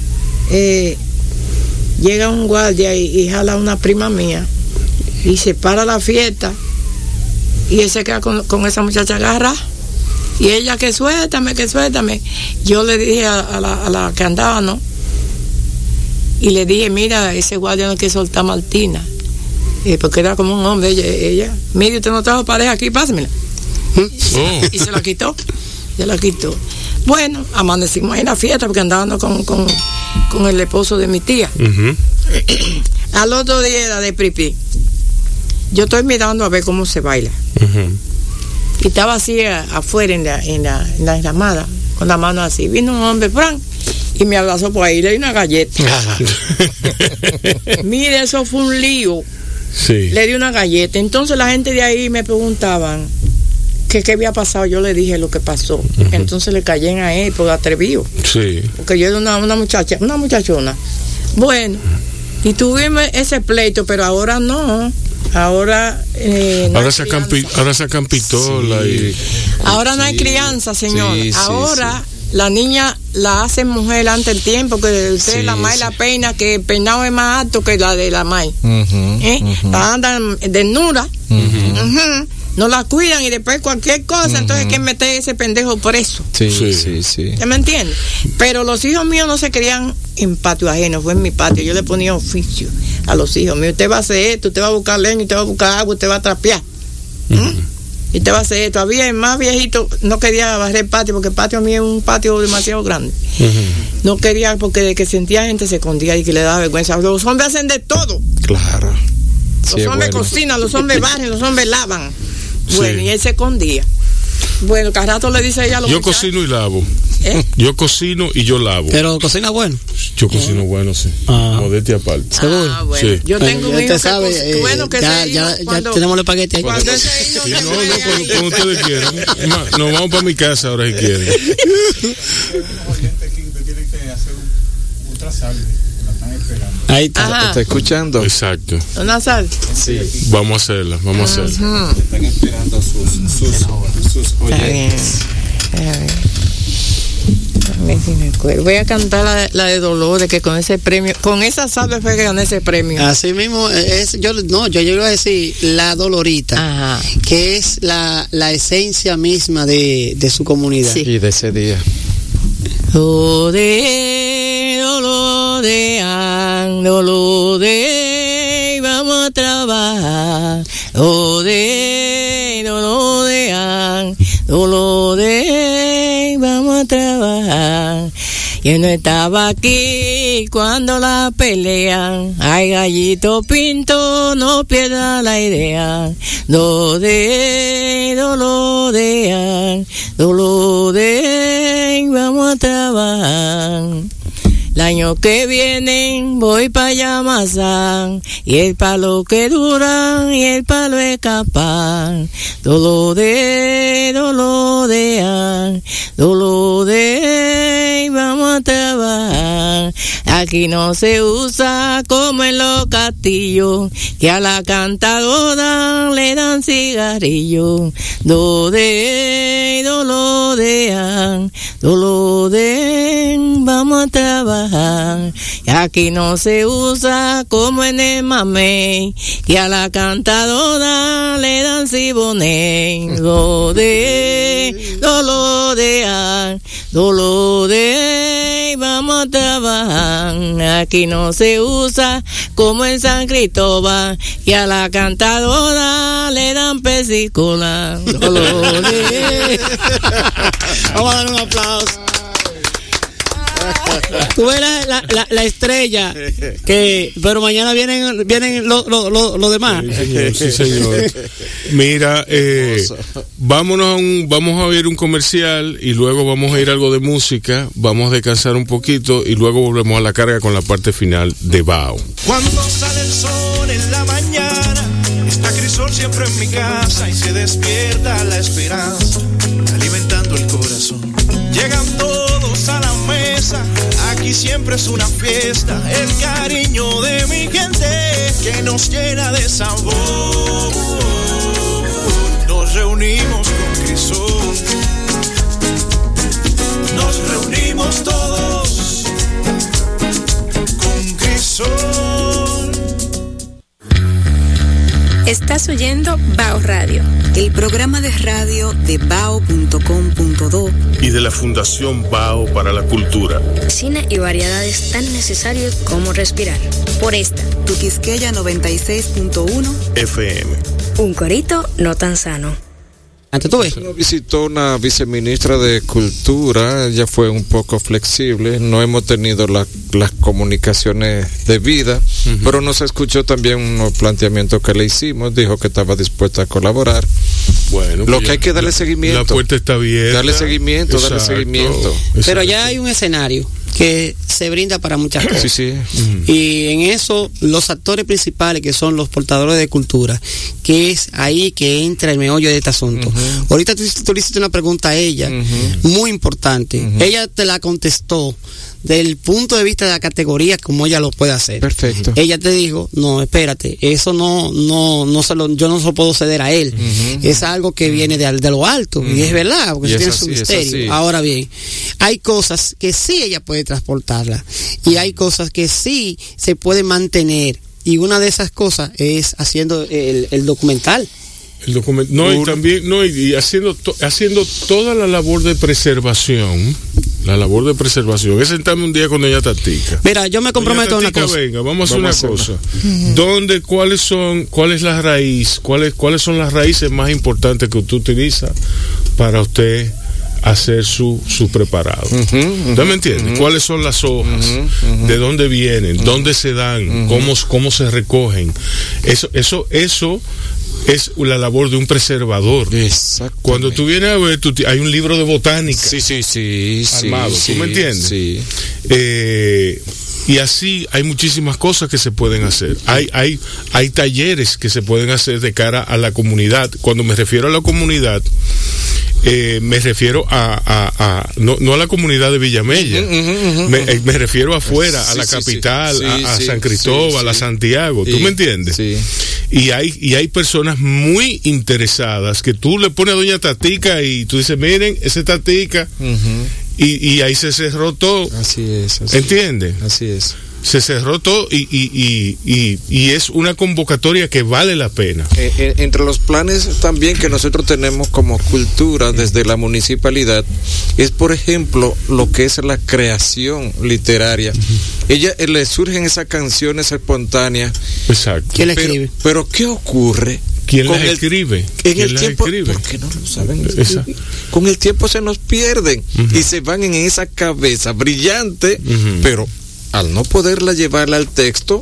llega un guardia y jala a una prima mía y se para la fiesta, y él se queda con esa muchacha agarra, y ella que suéltame. Yo le dije a la que andaba, ¿no? Y le dije, mira, ese guardia no quiere soltar a Martina, porque era como un hombre. Ella, mire, usted no trajo pareja aquí, pásemela. Y se la quitó. Bueno, amanecimos ahí en la fiesta porque andábamos con el esposo de mi tía. Al otro día era de Pripi. Yo estoy mirando a ver cómo se baila. Y estaba así afuera en la enramada, con la mano así. Vino un hombre, Frank, y me abrazó por ahí, le di una galleta. Mire, eso fue un lío. Sí. Le di una galleta. Entonces la gente de ahí me preguntaban qué había pasado. Yo le dije lo que pasó. Entonces le cayen a él por atrevido. Sí. Porque yo era una muchachona. Bueno, y tuvimos ese pleito, pero ahora no. Ahora sacan pistola y ahora no hay crianza, señor. Sí, ahora la niña la hacen mujer ante el tiempo, que usted la May la peina, que el peinado es más alto que la de la May. La andan desnuda. No la cuidan y después cualquier cosa, entonces hay que meter ese pendejo preso. Sí. ¿Usted me entiende? Pero los hijos míos no se criaban en patio ajeno, fue en mi patio. Yo le ponía oficio a los hijos míos. Usted va a hacer esto, usted va a buscar leña, usted va a buscar agua, usted va a trapear. Y usted va a hacer esto. Había el más viejito, no quería barrer el patio, porque el patio mío es un patio demasiado grande. No quería, porque de que sentía gente se escondía y que le daba vergüenza. Los hombres hacen de todo. Claro. Los hombres cocinan, los hombres barren, los hombres lavan. Bueno, y él se escondía. Bueno, cada rato le dice ella a los yo muchachos, cocino y lavo. Yo cocino y yo lavo. Pero cocina bueno. Yo cocino bueno, sí. Modestia aparte. Ah, bueno. Sí. Yo tengo un hijo sabe, bueno que ya tenemos el espagueti ahí. Cuando ese hijo Sí, se no, mueve ahí. cuando ustedes quieran. Es más, nos vamos para mi casa ahora si quieren. Ahí está. Ajá. ¿Está escuchando? Exacto. Una sal. Sí. Vamos a hacerla. Están esperando sus oyentes. Voy a cantar la de Dolores, que con ese premio, con esa salve fue que gané ese premio. Así mismo, yo iba a decir la Dolorita, Ajá. que es la esencia misma de su comunidad. Sí. Y de ese día. Dolores, vamos a trabajar. Dolores, vamos a trabajar. Yo no estaba aquí cuando la pelean. Ay, gallito pinto, no pierda la idea. Dolores, vamos a trabajar. año que viene voy para Yamasán, y el palo que dura y el palo escapar. Dolo de, vamos a trabajar. Aquí no se usa como en los castillos, que a la cantadora le dan cigarrillo. Vamos a trabajar. Aquí no se usa como en el mamey, que a la cantadora le dan ciboné. Vamos a trabajar. Aquí no se usa como en San Cristóbal, que a la cantadora le dan pesicola. Vamos a dar un aplauso. Tú ves la estrella, pero mañana vienen los demás. Sí, señor. Mira, vamos a ver un comercial y luego vamos a ir a algo de música, vamos a descansar un poquito y luego volvemos a la carga con la parte final de Bao. Cuando sale el sol en la mañana, está Crisol siempre en mi casa y se despierta la esperanza, alimentando el corazón. Llegan todos a la mesa, aquí siempre es una fiesta, el cariño de mi gente que nos llena de sabor. Nos reunimos con Crisol, nos reunimos todos con Crisol. Estás oyendo Bao Radio, el programa de radio de bao.com.do y de la Fundación Bao para la Cultura. Cine y variedades tan necesarios como respirar. Por esta, Tu Quisqueya 96.1 FM. un corito no tan sano. Antes tú ves. Nos visitó una viceministra de Cultura, ella fue un poco flexible, no hemos tenido las comunicaciones debidas, pero nos escuchó también unos planteamientos que le hicimos, dijo que estaba dispuesta a colaborar. Bueno, lo que hay que darle seguimiento. La puerta está abierta. Darle seguimiento. Pero ya hay un escenario que se brinda para muchas cosas. Sí. Y en eso, los actores principales, que son los portadores de cultura, que es ahí que entra el meollo de este asunto. Ahorita tú le hiciste una pregunta a ella, muy importante. Ella te la contestó del punto de vista de la categoría como ella lo puede hacer. Perfecto. Ella te dijo, no, espérate, eso yo no se lo puedo ceder a él. Es algo que viene de lo alto, y es verdad, porque eso tiene su misterio. Ahora bien, hay cosas que sí ella puede transportarla, y hay cosas que sí se pueden mantener, y una de esas cosas es haciendo el documental. Y también haciendo toda la labor de preservación. Es sentarme un día con doña Tatica. Mira, yo me comprometo a una cosa. Venga, vamos a hacer una cosa. ¿Cuál es la raíz? ¿Cuáles son las raíces más importantes que usted utiliza para usted hacer su preparado? ¿Usted me entiende? ¿Cuáles son las hojas? ¿De dónde vienen? ¿Dónde se dan? ¿Cómo se recogen? Eso es la labor de un preservador. Cuando tú vienes a ver, hay un libro de botánica. Sí. Armado, ¿tú me entiendes? Sí. Y así hay muchísimas cosas que se pueden hacer. Hay talleres que se pueden hacer de cara a la comunidad. Cuando me refiero a la comunidad, me refiero no a la comunidad de Villamella, me refiero afuera, a la capital, a San Cristóbal, a Santiago, ¿tú me entiendes? Sí. Y hay personas muy interesadas que tú le pones a doña Tatica y tú dices, miren, ese Tatica, y ahí se cerró todo. Así es. ¿Entiendes? Así es. Se cerró todo y es una convocatoria que vale la pena. Entre los planes también que nosotros tenemos como cultura desde la municipalidad es, por ejemplo, lo que es la creación literaria. Ella le surgen esas canciones espontáneas. Exacto. ¿Quién la escribe? Pero ¿qué ocurre? ¿Quién las escribe? ¿Quién las escribe? ¿Por qué no lo saben? Con el tiempo se nos pierden y se van en esa cabeza brillante, pero al no poderla llevarla al texto,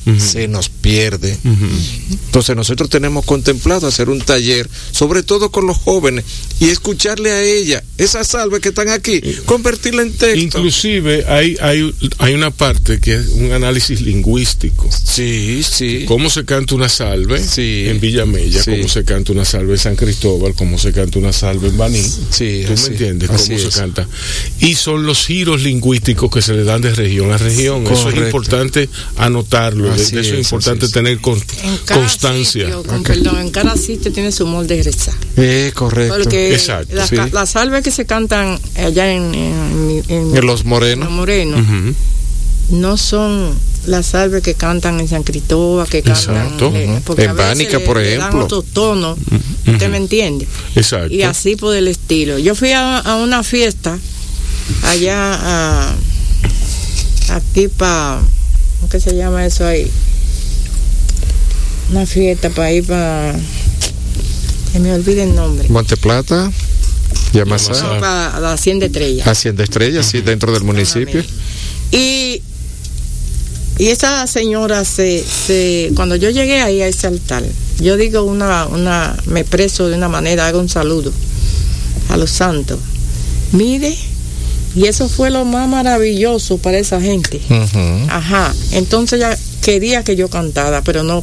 se nos pierde. Entonces nosotros tenemos contemplado hacer un taller, sobre todo con los jóvenes, y escucharle a ella, esas salves que están aquí, convertirla en texto. Inclusive hay una parte que es un análisis lingüístico. Sí, sí. Cómo se canta una salve en Villamella, sí. cómo se canta una salve en San Cristóbal, cómo se canta una salve en Baní. Sí, ¿Tú me entiendes? Cómo se canta. Y son los giros lingüísticos que se le dan de región a región. Eso es importante anotarlo. Eso es importante tener constancia. Sitio, perdón, en cada sitio tiene su molde de rezar. Correcto. Porque exacto, las salves que se cantan allá en Los Morenos, no son las salves que cantan en San Cristóbal, que cantan porque en Bánica, por ejemplo, dan otro tono. ¿Usted me entiende? Exacto. Y así por el estilo. Yo fui a una fiesta allá aquí para, ¿qué se llama eso ahí? Una fiesta para ir para, que me olvide el nombre. Monteplata, Yamasá. No, para la Hacienda Estrella. Hacienda Estrella, sí, dentro del municipio. Y esa señora cuando yo llegué ahí a ese altar, yo digo me expreso de una manera, hago un saludo a los santos. Mire, y eso fue lo más maravilloso para esa gente. Entonces ella quería que yo cantara, pero no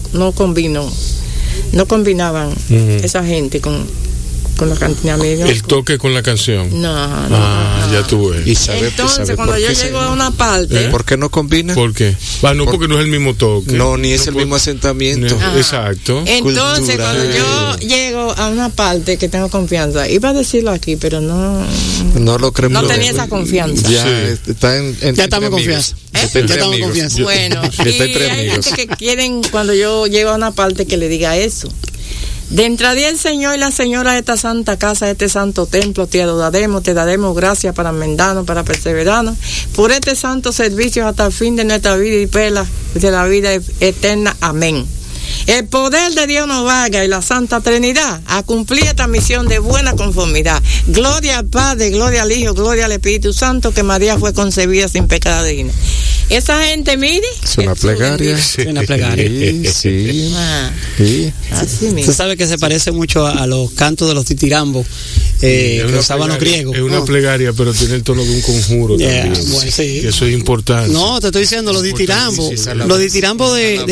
combinaban esa gente con la cantina media. El toque con la canción. No. Ya tuve. Entonces, cuando yo llego a una parte. ¿Por qué no combina? ¿Por qué? Porque no es el mismo toque. No, ni es el mismo asentamiento. Exacto. Entonces, cuando yo llego a una parte que tengo confianza, iba a decirlo aquí, pero no lo creo. No tenía esa confianza. Ya estamos en confianza. Ya estamos en confianza. Bueno, y hay gente que quieren, cuando yo llego a una parte, que le diga eso. Dentro del Señor y la Señora de esta santa casa, de este santo templo, te daremos gracias para enmendarnos, para perseverarnos, por este santo servicio hasta el fin de nuestra vida y pela de la vida eterna. Amén. El poder de Dios nos valga y la Santa Trinidad a cumplir esta misión de buena conformidad. Gloria al Padre, gloria al Hijo, gloria al Espíritu Santo, que María fue concebida sin pecado digno. Esa gente, mire. Es una plegaria. Es una plegaria. Sí. Así mismo. Usted sabe que se parece mucho a los cantos de los titirambos que usaban los griegos. Es una plegaria, pero tiene el tono de un conjuro también. Bueno, sí. Que eso es importante. No, te estoy diciendo los ditirambos. Los ditirambos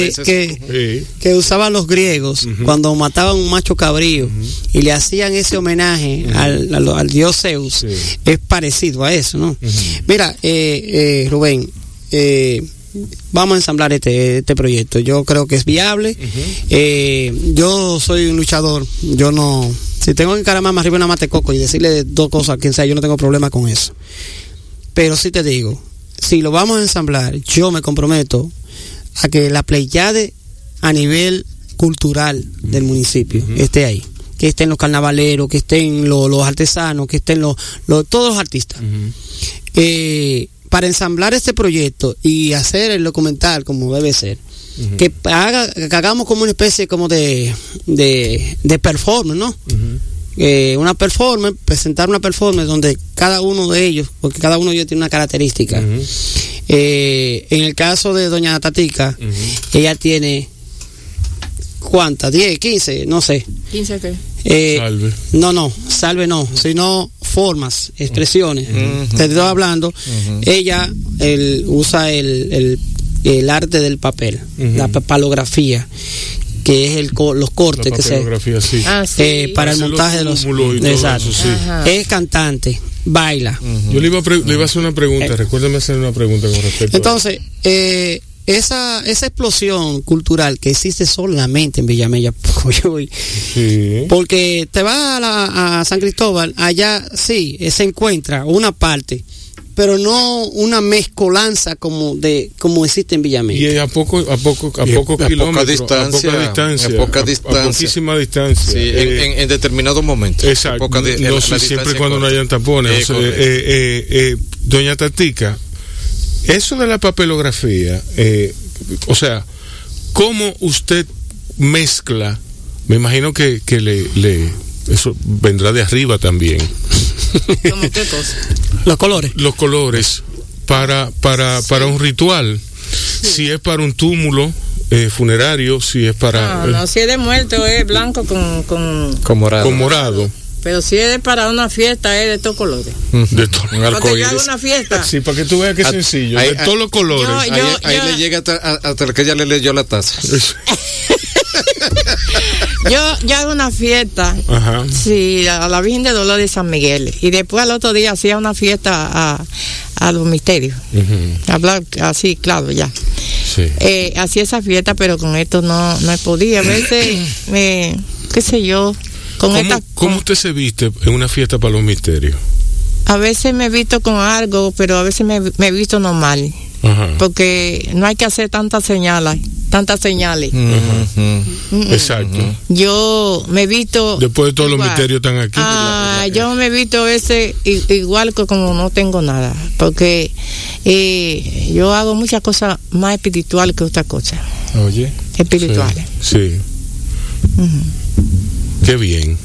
que usaban los griegos cuando mataban un macho cabrío y le hacían ese homenaje al dios Zeus. Sí. Es parecido a eso, ¿no? Mira, Rubén, vamos a ensamblar este proyecto. Yo creo que es viable. Yo soy un luchador. Yo no, si tengo que encaramar más arriba una matecoco y decirle dos cosas a quien sea, yo no tengo problema con eso. Pero sí te digo, si lo vamos a ensamblar, yo me comprometo a que la Pleiade a nivel cultural del municipio esté ahí, que estén los carnavaleros, que estén los artesanos, que estén todos los artistas, para ensamblar este proyecto y hacer el documental como debe ser, que hagamos como una especie como de performance, ¿no? Una performance, presentar una performance donde cada uno de ellos, porque cada uno de ellos tiene una característica. En el caso de doña Tatica, ella tiene ¿cuántas? 10, 15, no sé. ¿15 qué? Salve. Salve no, sino formas, expresiones. Te estoy hablando, ella usa el arte del papel, la papelografía, que es los cortes que se para el montaje de los exacto. Eso, sí. Es cantante, baila. Yo le iba a hacer una pregunta, recuérdame hacer una pregunta con respecto entonces esa explosión cultural que existe solamente en Villamella, porque te vas a San Cristóbal, allá sí se encuentra una parte, pero no una mezcolanza como existe en Villamella. Y a pocos kilómetros, a poca distancia, a poquísima distancia. Sí, en determinados momentos. Exacto. Siempre cuando no hayan tapones. Doña Tatica, eso de la papelografía, o sea, ¿cómo usted mezcla? Me imagino que eso vendrá de arriba también. ¿Cómo qué cosa? Los colores para un ritual. Sí. Si es para un túmulo, funerario, si es para... No, si es de muerto es blanco con morado. Con morado. Pero si es para una fiesta es de todos colores. De todo. Un Porque yo hago una fiesta. Sí, para que tú veas que es sencillo. De todos los colores. Ahí le llega hasta que ella le leyó la taza. Yo hago una fiesta, Ajá. Sí, a la Virgen de Dolores de San Miguel. Y después al otro día hacía una fiesta a los misterios. Hablar así, claro, ya. Sí. Hacía esa fiesta, pero con esto no podía. A veces, qué sé yo, ¿Cómo usted se viste en una fiesta para los misterios? A veces me he visto con algo, pero a veces me he visto normal. Ajá. Porque no hay que hacer tantas señales. Exacto. Yo me he visto... Después de todos los misterios están aquí. Yo me he visto igual que como no tengo nada. Porque yo hago muchas cosas más espirituales que otras cosas. Oye. Espirituales. Sí. Qué bien.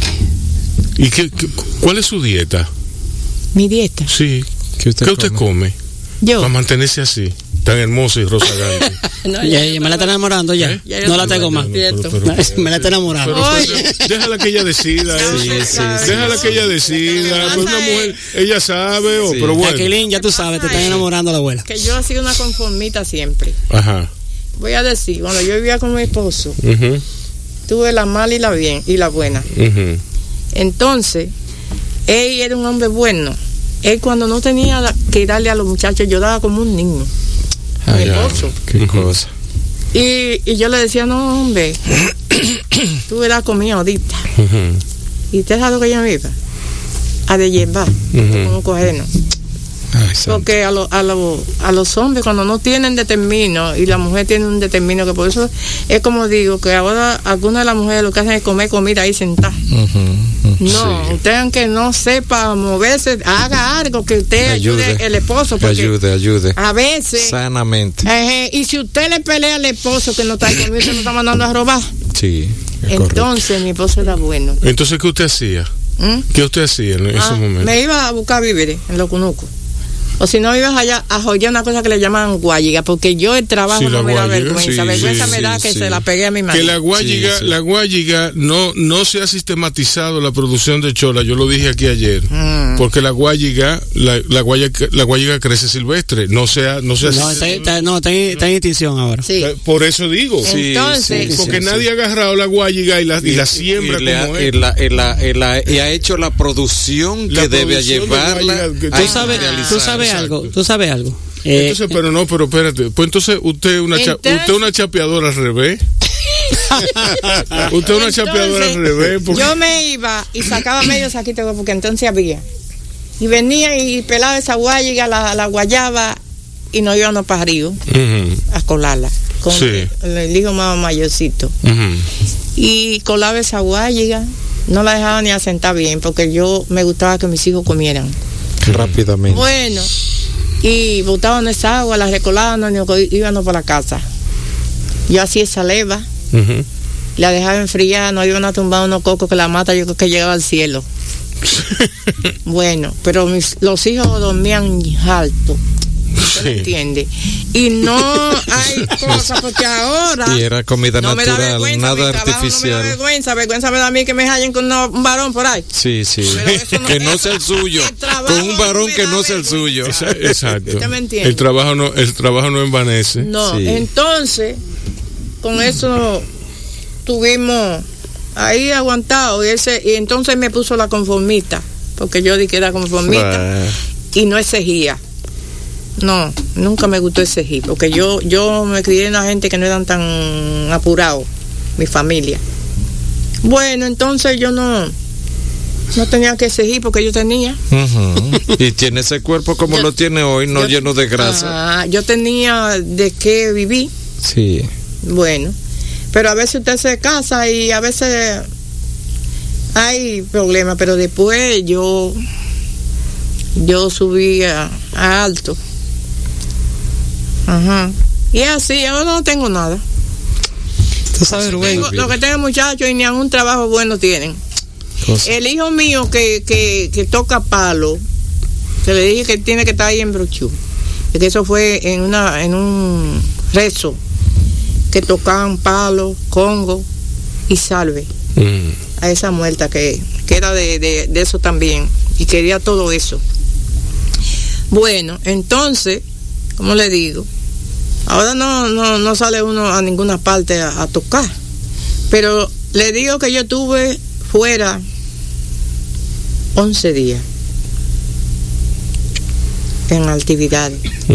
¿Y cuál es su dieta? Mi dieta. Sí. ¿Qué usted come? Yo. Para mantenerse así, tan hermosa y rozagante. No, ya me la está enamorando ya. Ya No la tengo más. Me la está enamorando. Pero déjala que ella decida. Déjala que ella decida. Pues una mujer, ella sabe, pero bueno. Jacqueline, ya tú sabes, te están enamorando a la abuela. Que yo he sido una conformista siempre. Ajá. Voy a decir, cuando yo vivía con mi esposo, tuve la mala y la bien y la buena. Entonces, él era un hombre bueno. Él cuando no tenía que darle a los muchachos, yo daba como un niño. Mi esposo. Qué cosa. Y yo le decía, no, hombre, tú verás conmigo ahorita. Y usted sabe lo que ella me iba a de llevar, como cogernos. Porque a los hombres cuando no tienen determino y la mujer tiene un determino, que por eso es como digo que ahora algunas de las mujeres lo que hacen es comer comida ahí sentada. No, usted aunque no sepa moverse, haga algo que usted ayude al esposo. Porque ayude. A veces. Sanamente. Y si usted le pelea al esposo que no está conmigo, se lo está mandando a robar. Sí. Entonces mi esposo era bueno. Entonces, ¿qué usted hacía? ¿Qué usted hacía en ese momento? Me iba a buscar víveres en los cunucos. O si no, ibas allá a joyar una cosa que le llaman guayiga, porque yo el trabajo no me da vergüenza. Vergüenza me da que se la pegué a mi marido. Que la guayiga no se ha sistematizado la producción de chola, yo lo dije aquí ayer, porque la guayiga crece silvestre, no está en extinción ahora. Sí. Por eso digo. Entonces, porque nadie ha agarrado la guayiga y la siembra como es. Y ha hecho la producción que debe llevarla. Tú sabes algo. Entonces, pero espérate. Pues entonces usted es una chapeadora al revés. Usted es una chapeadora al revés. Porque... Yo me iba y sacaba medio saquito porque entonces había. Y venía y pelaba esa guayiga, la guayaba y nos íbamos para arriba a colarla. Con el hijo más mayorcito. Y colaba esa guayiga. No la dejaba ni asentar bien porque yo me gustaba que mis hijos comieran rápidamente. Bueno, y botaban esa agua, la recolaban y íbamos para la casa. Yo hacía esa leva, la dejaba enfriar, no iban a tumbar unos cocos que la mata, yo creo que llegaba al cielo. Bueno, pero los hijos dormían alto. ¿Usted me entiende? Y no hay cosas porque ahora y era comida no natural, nada artificial. No me da vergüenza me da a mí que me hallen con un varón por ahí. Sí. Que no sea el suyo, con un varón que no sea el suyo. Exacto. ¿Usted me entiende? El trabajo no envanece. No, entonces con eso tuvimos ahí aguantado y entonces me puso la conformista, porque yo dije que era conformista y no exigía. No, nunca me gustó ese hip, porque yo me crié en una gente que no eran tan apurados, mi familia. Bueno, entonces yo no tenía que exigir porque yo tenía. Y tiene ese cuerpo como lo tiene hoy, no lleno de grasa. Yo tenía de qué vivir. Sí. Bueno, pero a veces usted se casa y a veces hay problemas, pero después yo subí a alto. Y así, yo no tengo nada. Tú sabes, Rubén. Lo que tengo muchachos y ni a un trabajo bueno tienen. El hijo mío que toca palo, se le dije que tiene que estar ahí en Brochú. Que eso fue en un rezo. que tocaban palo, congo y salve. A esa muerta que era de eso también, y quería todo eso. Bueno, entonces, como le digo, ahora no sale uno a ninguna parte a tocar, pero le digo que yo estuve fuera 11 días en actividades.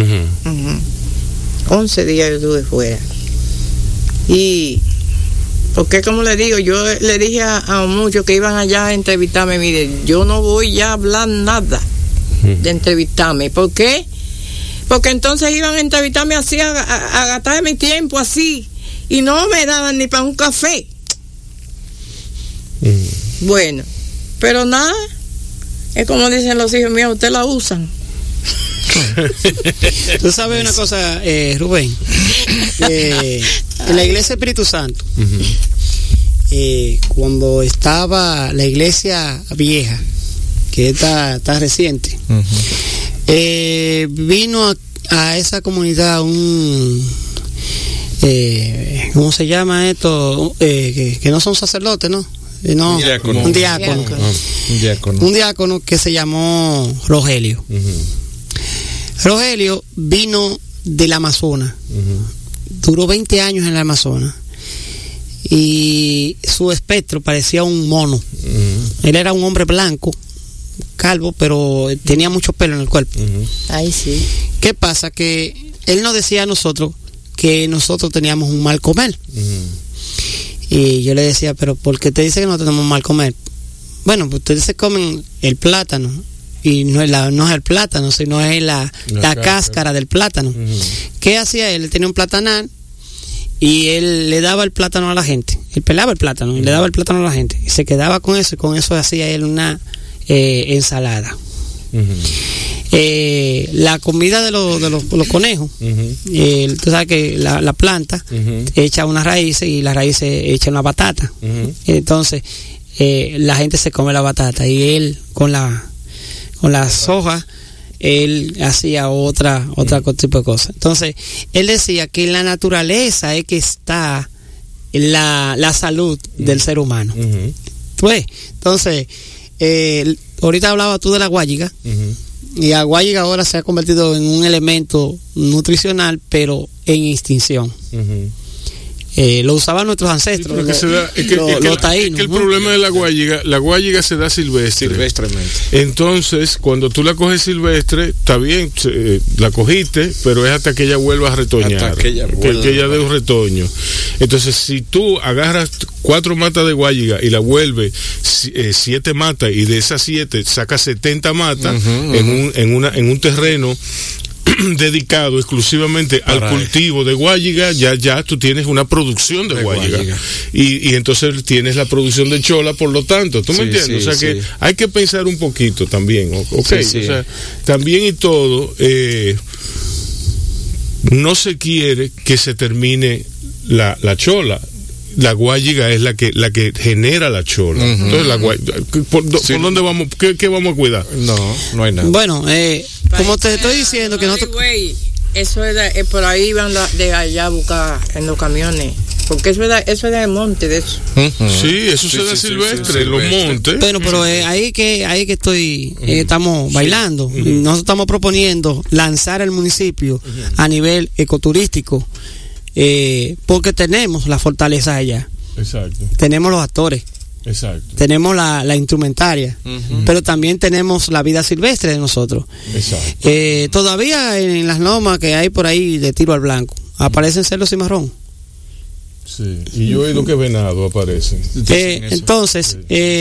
11 días yo estuve fuera. Y porque, como le digo, yo le dije a muchos que iban allá a entrevistarme, mire, yo no voy ya a hablar nada de entrevistarme. ¿Por qué? Porque entonces iban a entrevistarme así, a gastar mi tiempo así, y no me daban ni para un café. Bueno, pero nada, es como dicen los hijos míos, ustedes la usan. Tú sabes una cosa, Rubén, en la iglesia Espíritu Santo, cuando estaba la iglesia vieja, que está reciente, vino a esa comunidad ¿cómo se llama esto? Que no son sacerdotes, ¿no? No, un diácono que se llamó Rogelio. Rogelio vino del Amazonas, duró 20 años en el Amazonas, y su espectro parecía un mono. Él era un hombre blanco, calvo, pero tenía mucho pelo en el cuerpo. Ay, sí. ¿Qué pasa? Que él nos decía a nosotros que nosotros teníamos un mal comer. Y yo le decía, pero ¿por qué te dice que no tenemos mal comer? Bueno, pues ustedes se comen el plátano, y no es el plátano, sino es la cáscara del plátano. ¿Qué hacía él? Él tenía un platanal y él le daba el plátano a la gente. Él pelaba el plátano y le daba el plátano a la gente. Y se quedaba con eso, y con eso hacía él una ensalada. La comida de los conejos, tú sabes que la planta echa unas raíces, y las raíces echan una batata. Entonces la gente se come la batata, y él con las hojas él hacía otra tipo de cosa. Entonces él decía que en la naturaleza es que está la salud del ser humano. Pues entonces ahorita hablaba tú de la guayiga, y la guayiga ahora se ha convertido en un elemento nutricional, pero en extinción. Lo usaban nuestros ancestros, los taínos. Es que el problema de la guayiga se da silvestremente. Entonces, cuando tú la coges silvestre, está bien, la cogiste, pero es hasta que ella vuelva a retoñar, hasta que ella dé un retoño. Entonces, si tú agarras 4 matas de guayiga y la vuelves 7 matas, y de esas 7 sacas 70 matas en un terreno dedicado exclusivamente al cultivo de guayiga, ya tú tienes una producción de guayiga. Y entonces tienes la producción de chola, por lo tanto, ¿tú me entiendes? O sea que hay que pensar un poquito también, ¿okay? O sea, también y todo, no se quiere que se termine la chola. La guayiga es la que genera la chola. Entonces ¿por dónde vamos? ¿Qué vamos a cuidar? No hay nada. Bueno, como te estoy diciendo que nosotros... Eso es por ahí van de allá a buscar en los camiones, porque eso es de monte, de eso. Sí, eso se da silvestre, los montes. Pero ahí que estamos bailando. Nosotros estamos proponiendo lanzar el municipio a nivel ecoturístico, porque tenemos la fortaleza allá. Exacto. Tenemos los actores. Exacto. Tenemos la instrumentaria, pero también tenemos la vida silvestre de nosotros. Exacto. Todavía en las lomas que hay por ahí de tiro al blanco aparecen cerdos cimarrón. Sí. Y yo he oído que venado aparecen. Entonces,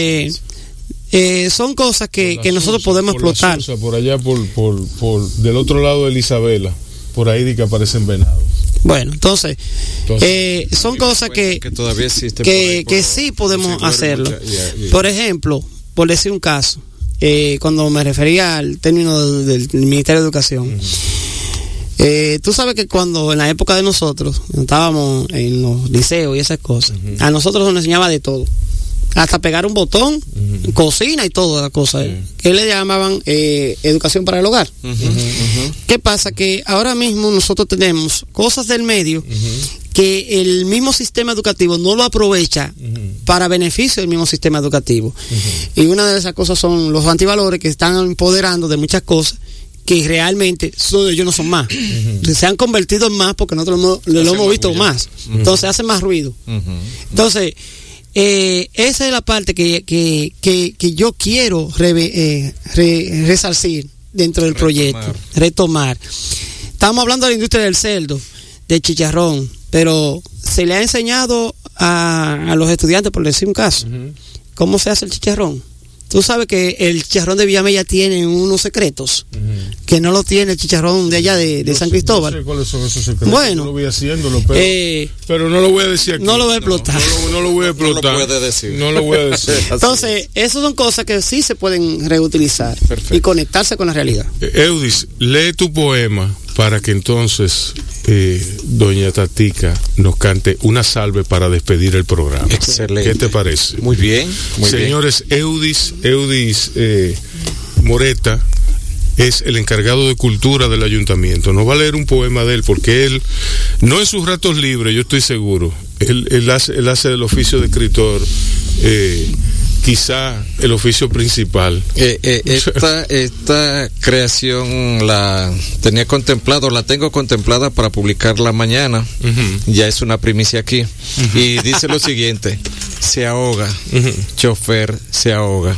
son cosas que nosotros podemos explotar. Por allá, por del otro lado de Isabela, por ahí de que aparecen venados. Bueno, entonces son cosas que todavía existen, que sí podemos hacerlo. Por ejemplo, por decir un caso, cuando me refería al término del Ministerio de Educación, tú sabes que cuando en la época de nosotros estábamos en los liceos y esas cosas, a nosotros nos enseñaba de todo, hasta pegar un botón, cocina y todas las cosas, que le llamaban educación para el hogar. ¿Qué pasa? Que ahora mismo nosotros tenemos cosas del medio que el mismo sistema educativo no lo aprovecha para beneficio del mismo sistema educativo. Y una de esas cosas son los antivalores que están empoderando de muchas cosas que realmente ellos no son más. Se han convertido en más porque nosotros lo hemos visto más. Entonces hace más ruido. Entonces, esa es la parte que yo quiero resarcir dentro del proyecto, retomar. Estamos hablando de la industria del cerdo, del chicharrón, pero se le ha enseñado a los estudiantes, por decir un caso, cómo se hace el chicharrón. Tú sabes que el chicharrón de Villamella tiene unos secretos que no lo tiene el chicharrón de allá de San Cristóbal. No sé cuáles son esos secretos. Bueno, yo lo voy haciéndolo, pero no lo voy a decir aquí. No lo voy a explotar. No lo voy a explotar. No lo puede decir. No lo voy a decir. Entonces, esas son cosas que sí se pueden reutilizar. Perfecto. Y conectarse con la realidad. Eudis, lee tu poema para que entonces doña Tatica nos cante una salve para despedir el programa. Excelente. ¿Qué te parece? Muy bien. Señores, bien. Eudis Moreta es el encargado de cultura del ayuntamiento. Nos va a leer un poema de él, porque él, no en sus ratos libres, yo estoy seguro, él hace el oficio de escritor, quizá el oficio principal. Esta creación la tengo contemplada para publicarla mañana. Ya es una primicia aquí. Y dice lo siguiente: se ahoga, chofer, se ahoga.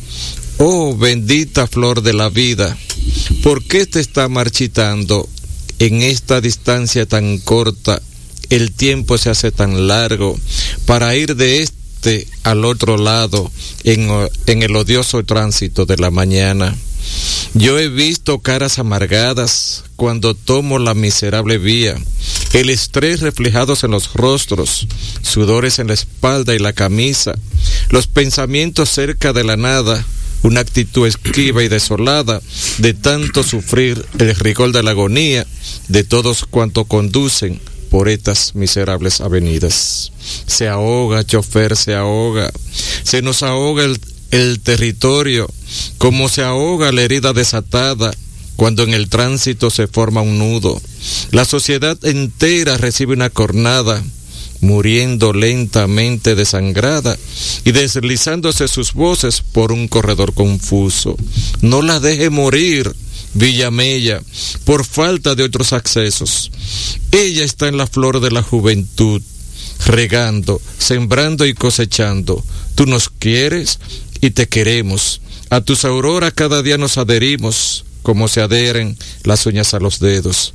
Oh, bendita flor de la vida, ¿por qué te está marchitando? En esta distancia tan corta, el tiempo se hace tan largo para ir de al otro lado en el odioso tránsito de la mañana. Yo he visto caras amargadas cuando tomo la miserable vía, el estrés reflejados en los rostros, sudores en la espalda y la camisa, los pensamientos cerca de la nada, una actitud esquiva y desolada de tanto sufrir el rigor de la agonía de todos cuantos conducen por estas miserables avenidas. Se ahoga, chofer, se ahoga. Se nos ahoga el territorio, como se ahoga la herida desatada cuando en el tránsito se forma un nudo. La sociedad entera recibe una cornada, muriendo lentamente desangrada y deslizándose sus voces por un corredor confuso. No la deje morir, Villamella, por falta de otros accesos. Ella está en la flor de la juventud, regando, sembrando y cosechando. Tú nos quieres y te queremos. A tus auroras cada día nos adherimos, como se adhieren las uñas a los dedos.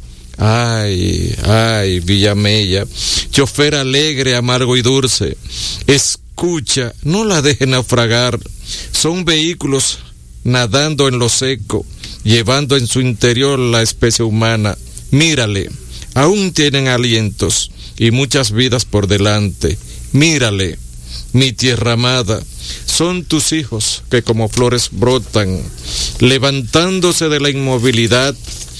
Ay, ay, Villamella, chofer alegre, amargo y dulce, escucha, no la dejen naufragar. Son vehículos nadando en lo seco, llevando en su interior la especie humana. Mírale, aún tienen alientos y muchas vidas por delante. Mírale, mi tierra amada, son tus hijos que como flores brotan, levantándose de la inmovilidad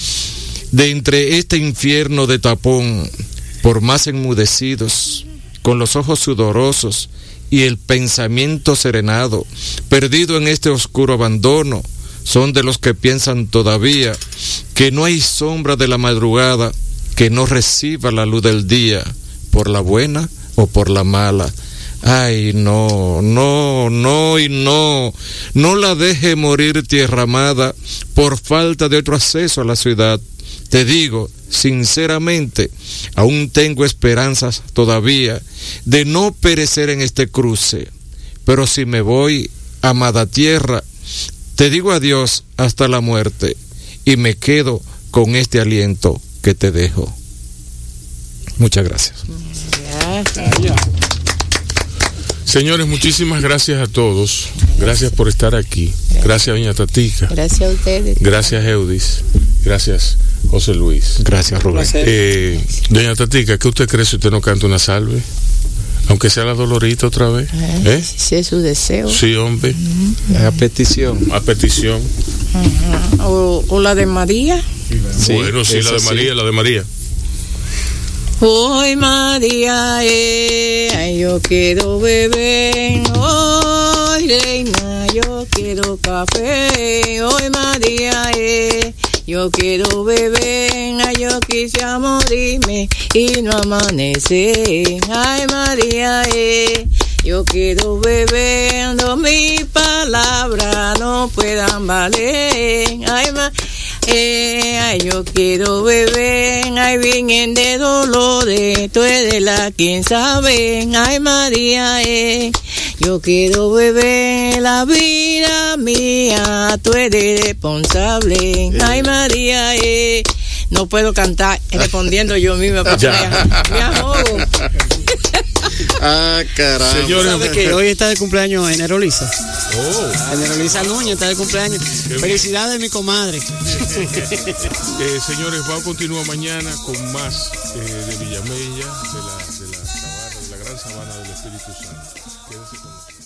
de entre este infierno de tapón, por más enmudecidos, con los ojos sudorosos y el pensamiento serenado, perdido en este oscuro abandono, son de los que piensan todavía que no hay sombra de la madrugada que no reciba la luz del día, por la buena o por la mala. Ay, no, no, no y no, no la deje morir, tierra amada, por falta de otro acceso a la ciudad. Te digo, sinceramente, aún tengo esperanzas todavía de no perecer en este cruce. Pero si me voy, amada tierra, te digo adiós hasta la muerte y me quedo con este aliento que te dejo. Muchas gracias. Señores, muchísimas gracias a todos. Gracias por estar aquí. Gracias, doña Tatica. Gracias a ustedes. Gracias, Eudis. Gracias, José Luis. Gracias, Rubén. Doña Tatica, ¿qué usted cree si usted no canta una salve? Aunque sea la Dolorita otra vez. Si es su deseo. Sí, hombre. A petición. A petición. O la de María. Sí, bueno, sí, la de María, la de María. Hoy María, ay, yo quiero beber, hoy reina, yo quiero café, hoy María, Yo quiero beber, ay, yo quisiera morirme y no amanecer. Ay, María, yo quiero beber, no mis palabras no puedan valer. Ay, ay, yo quiero beber, ay, vienen de dolores, tú eres la quien sabe. Ay, María, yo quiero beber la vida mía, tú eres responsable. Ay, María, no puedo cantar respondiendo yo misma porque me ahogo. Ah, caramba. Señores, ¿Sabe que hoy está de cumpleaños Enero Lisa? Oh. Enero Lisa Núñez está de cumpleaños. Felicidades, mi comadre. Señores, vamos a continuar mañana con más de Villamella, de la gran sabana del Espíritu Santo. Quédense con nosotros.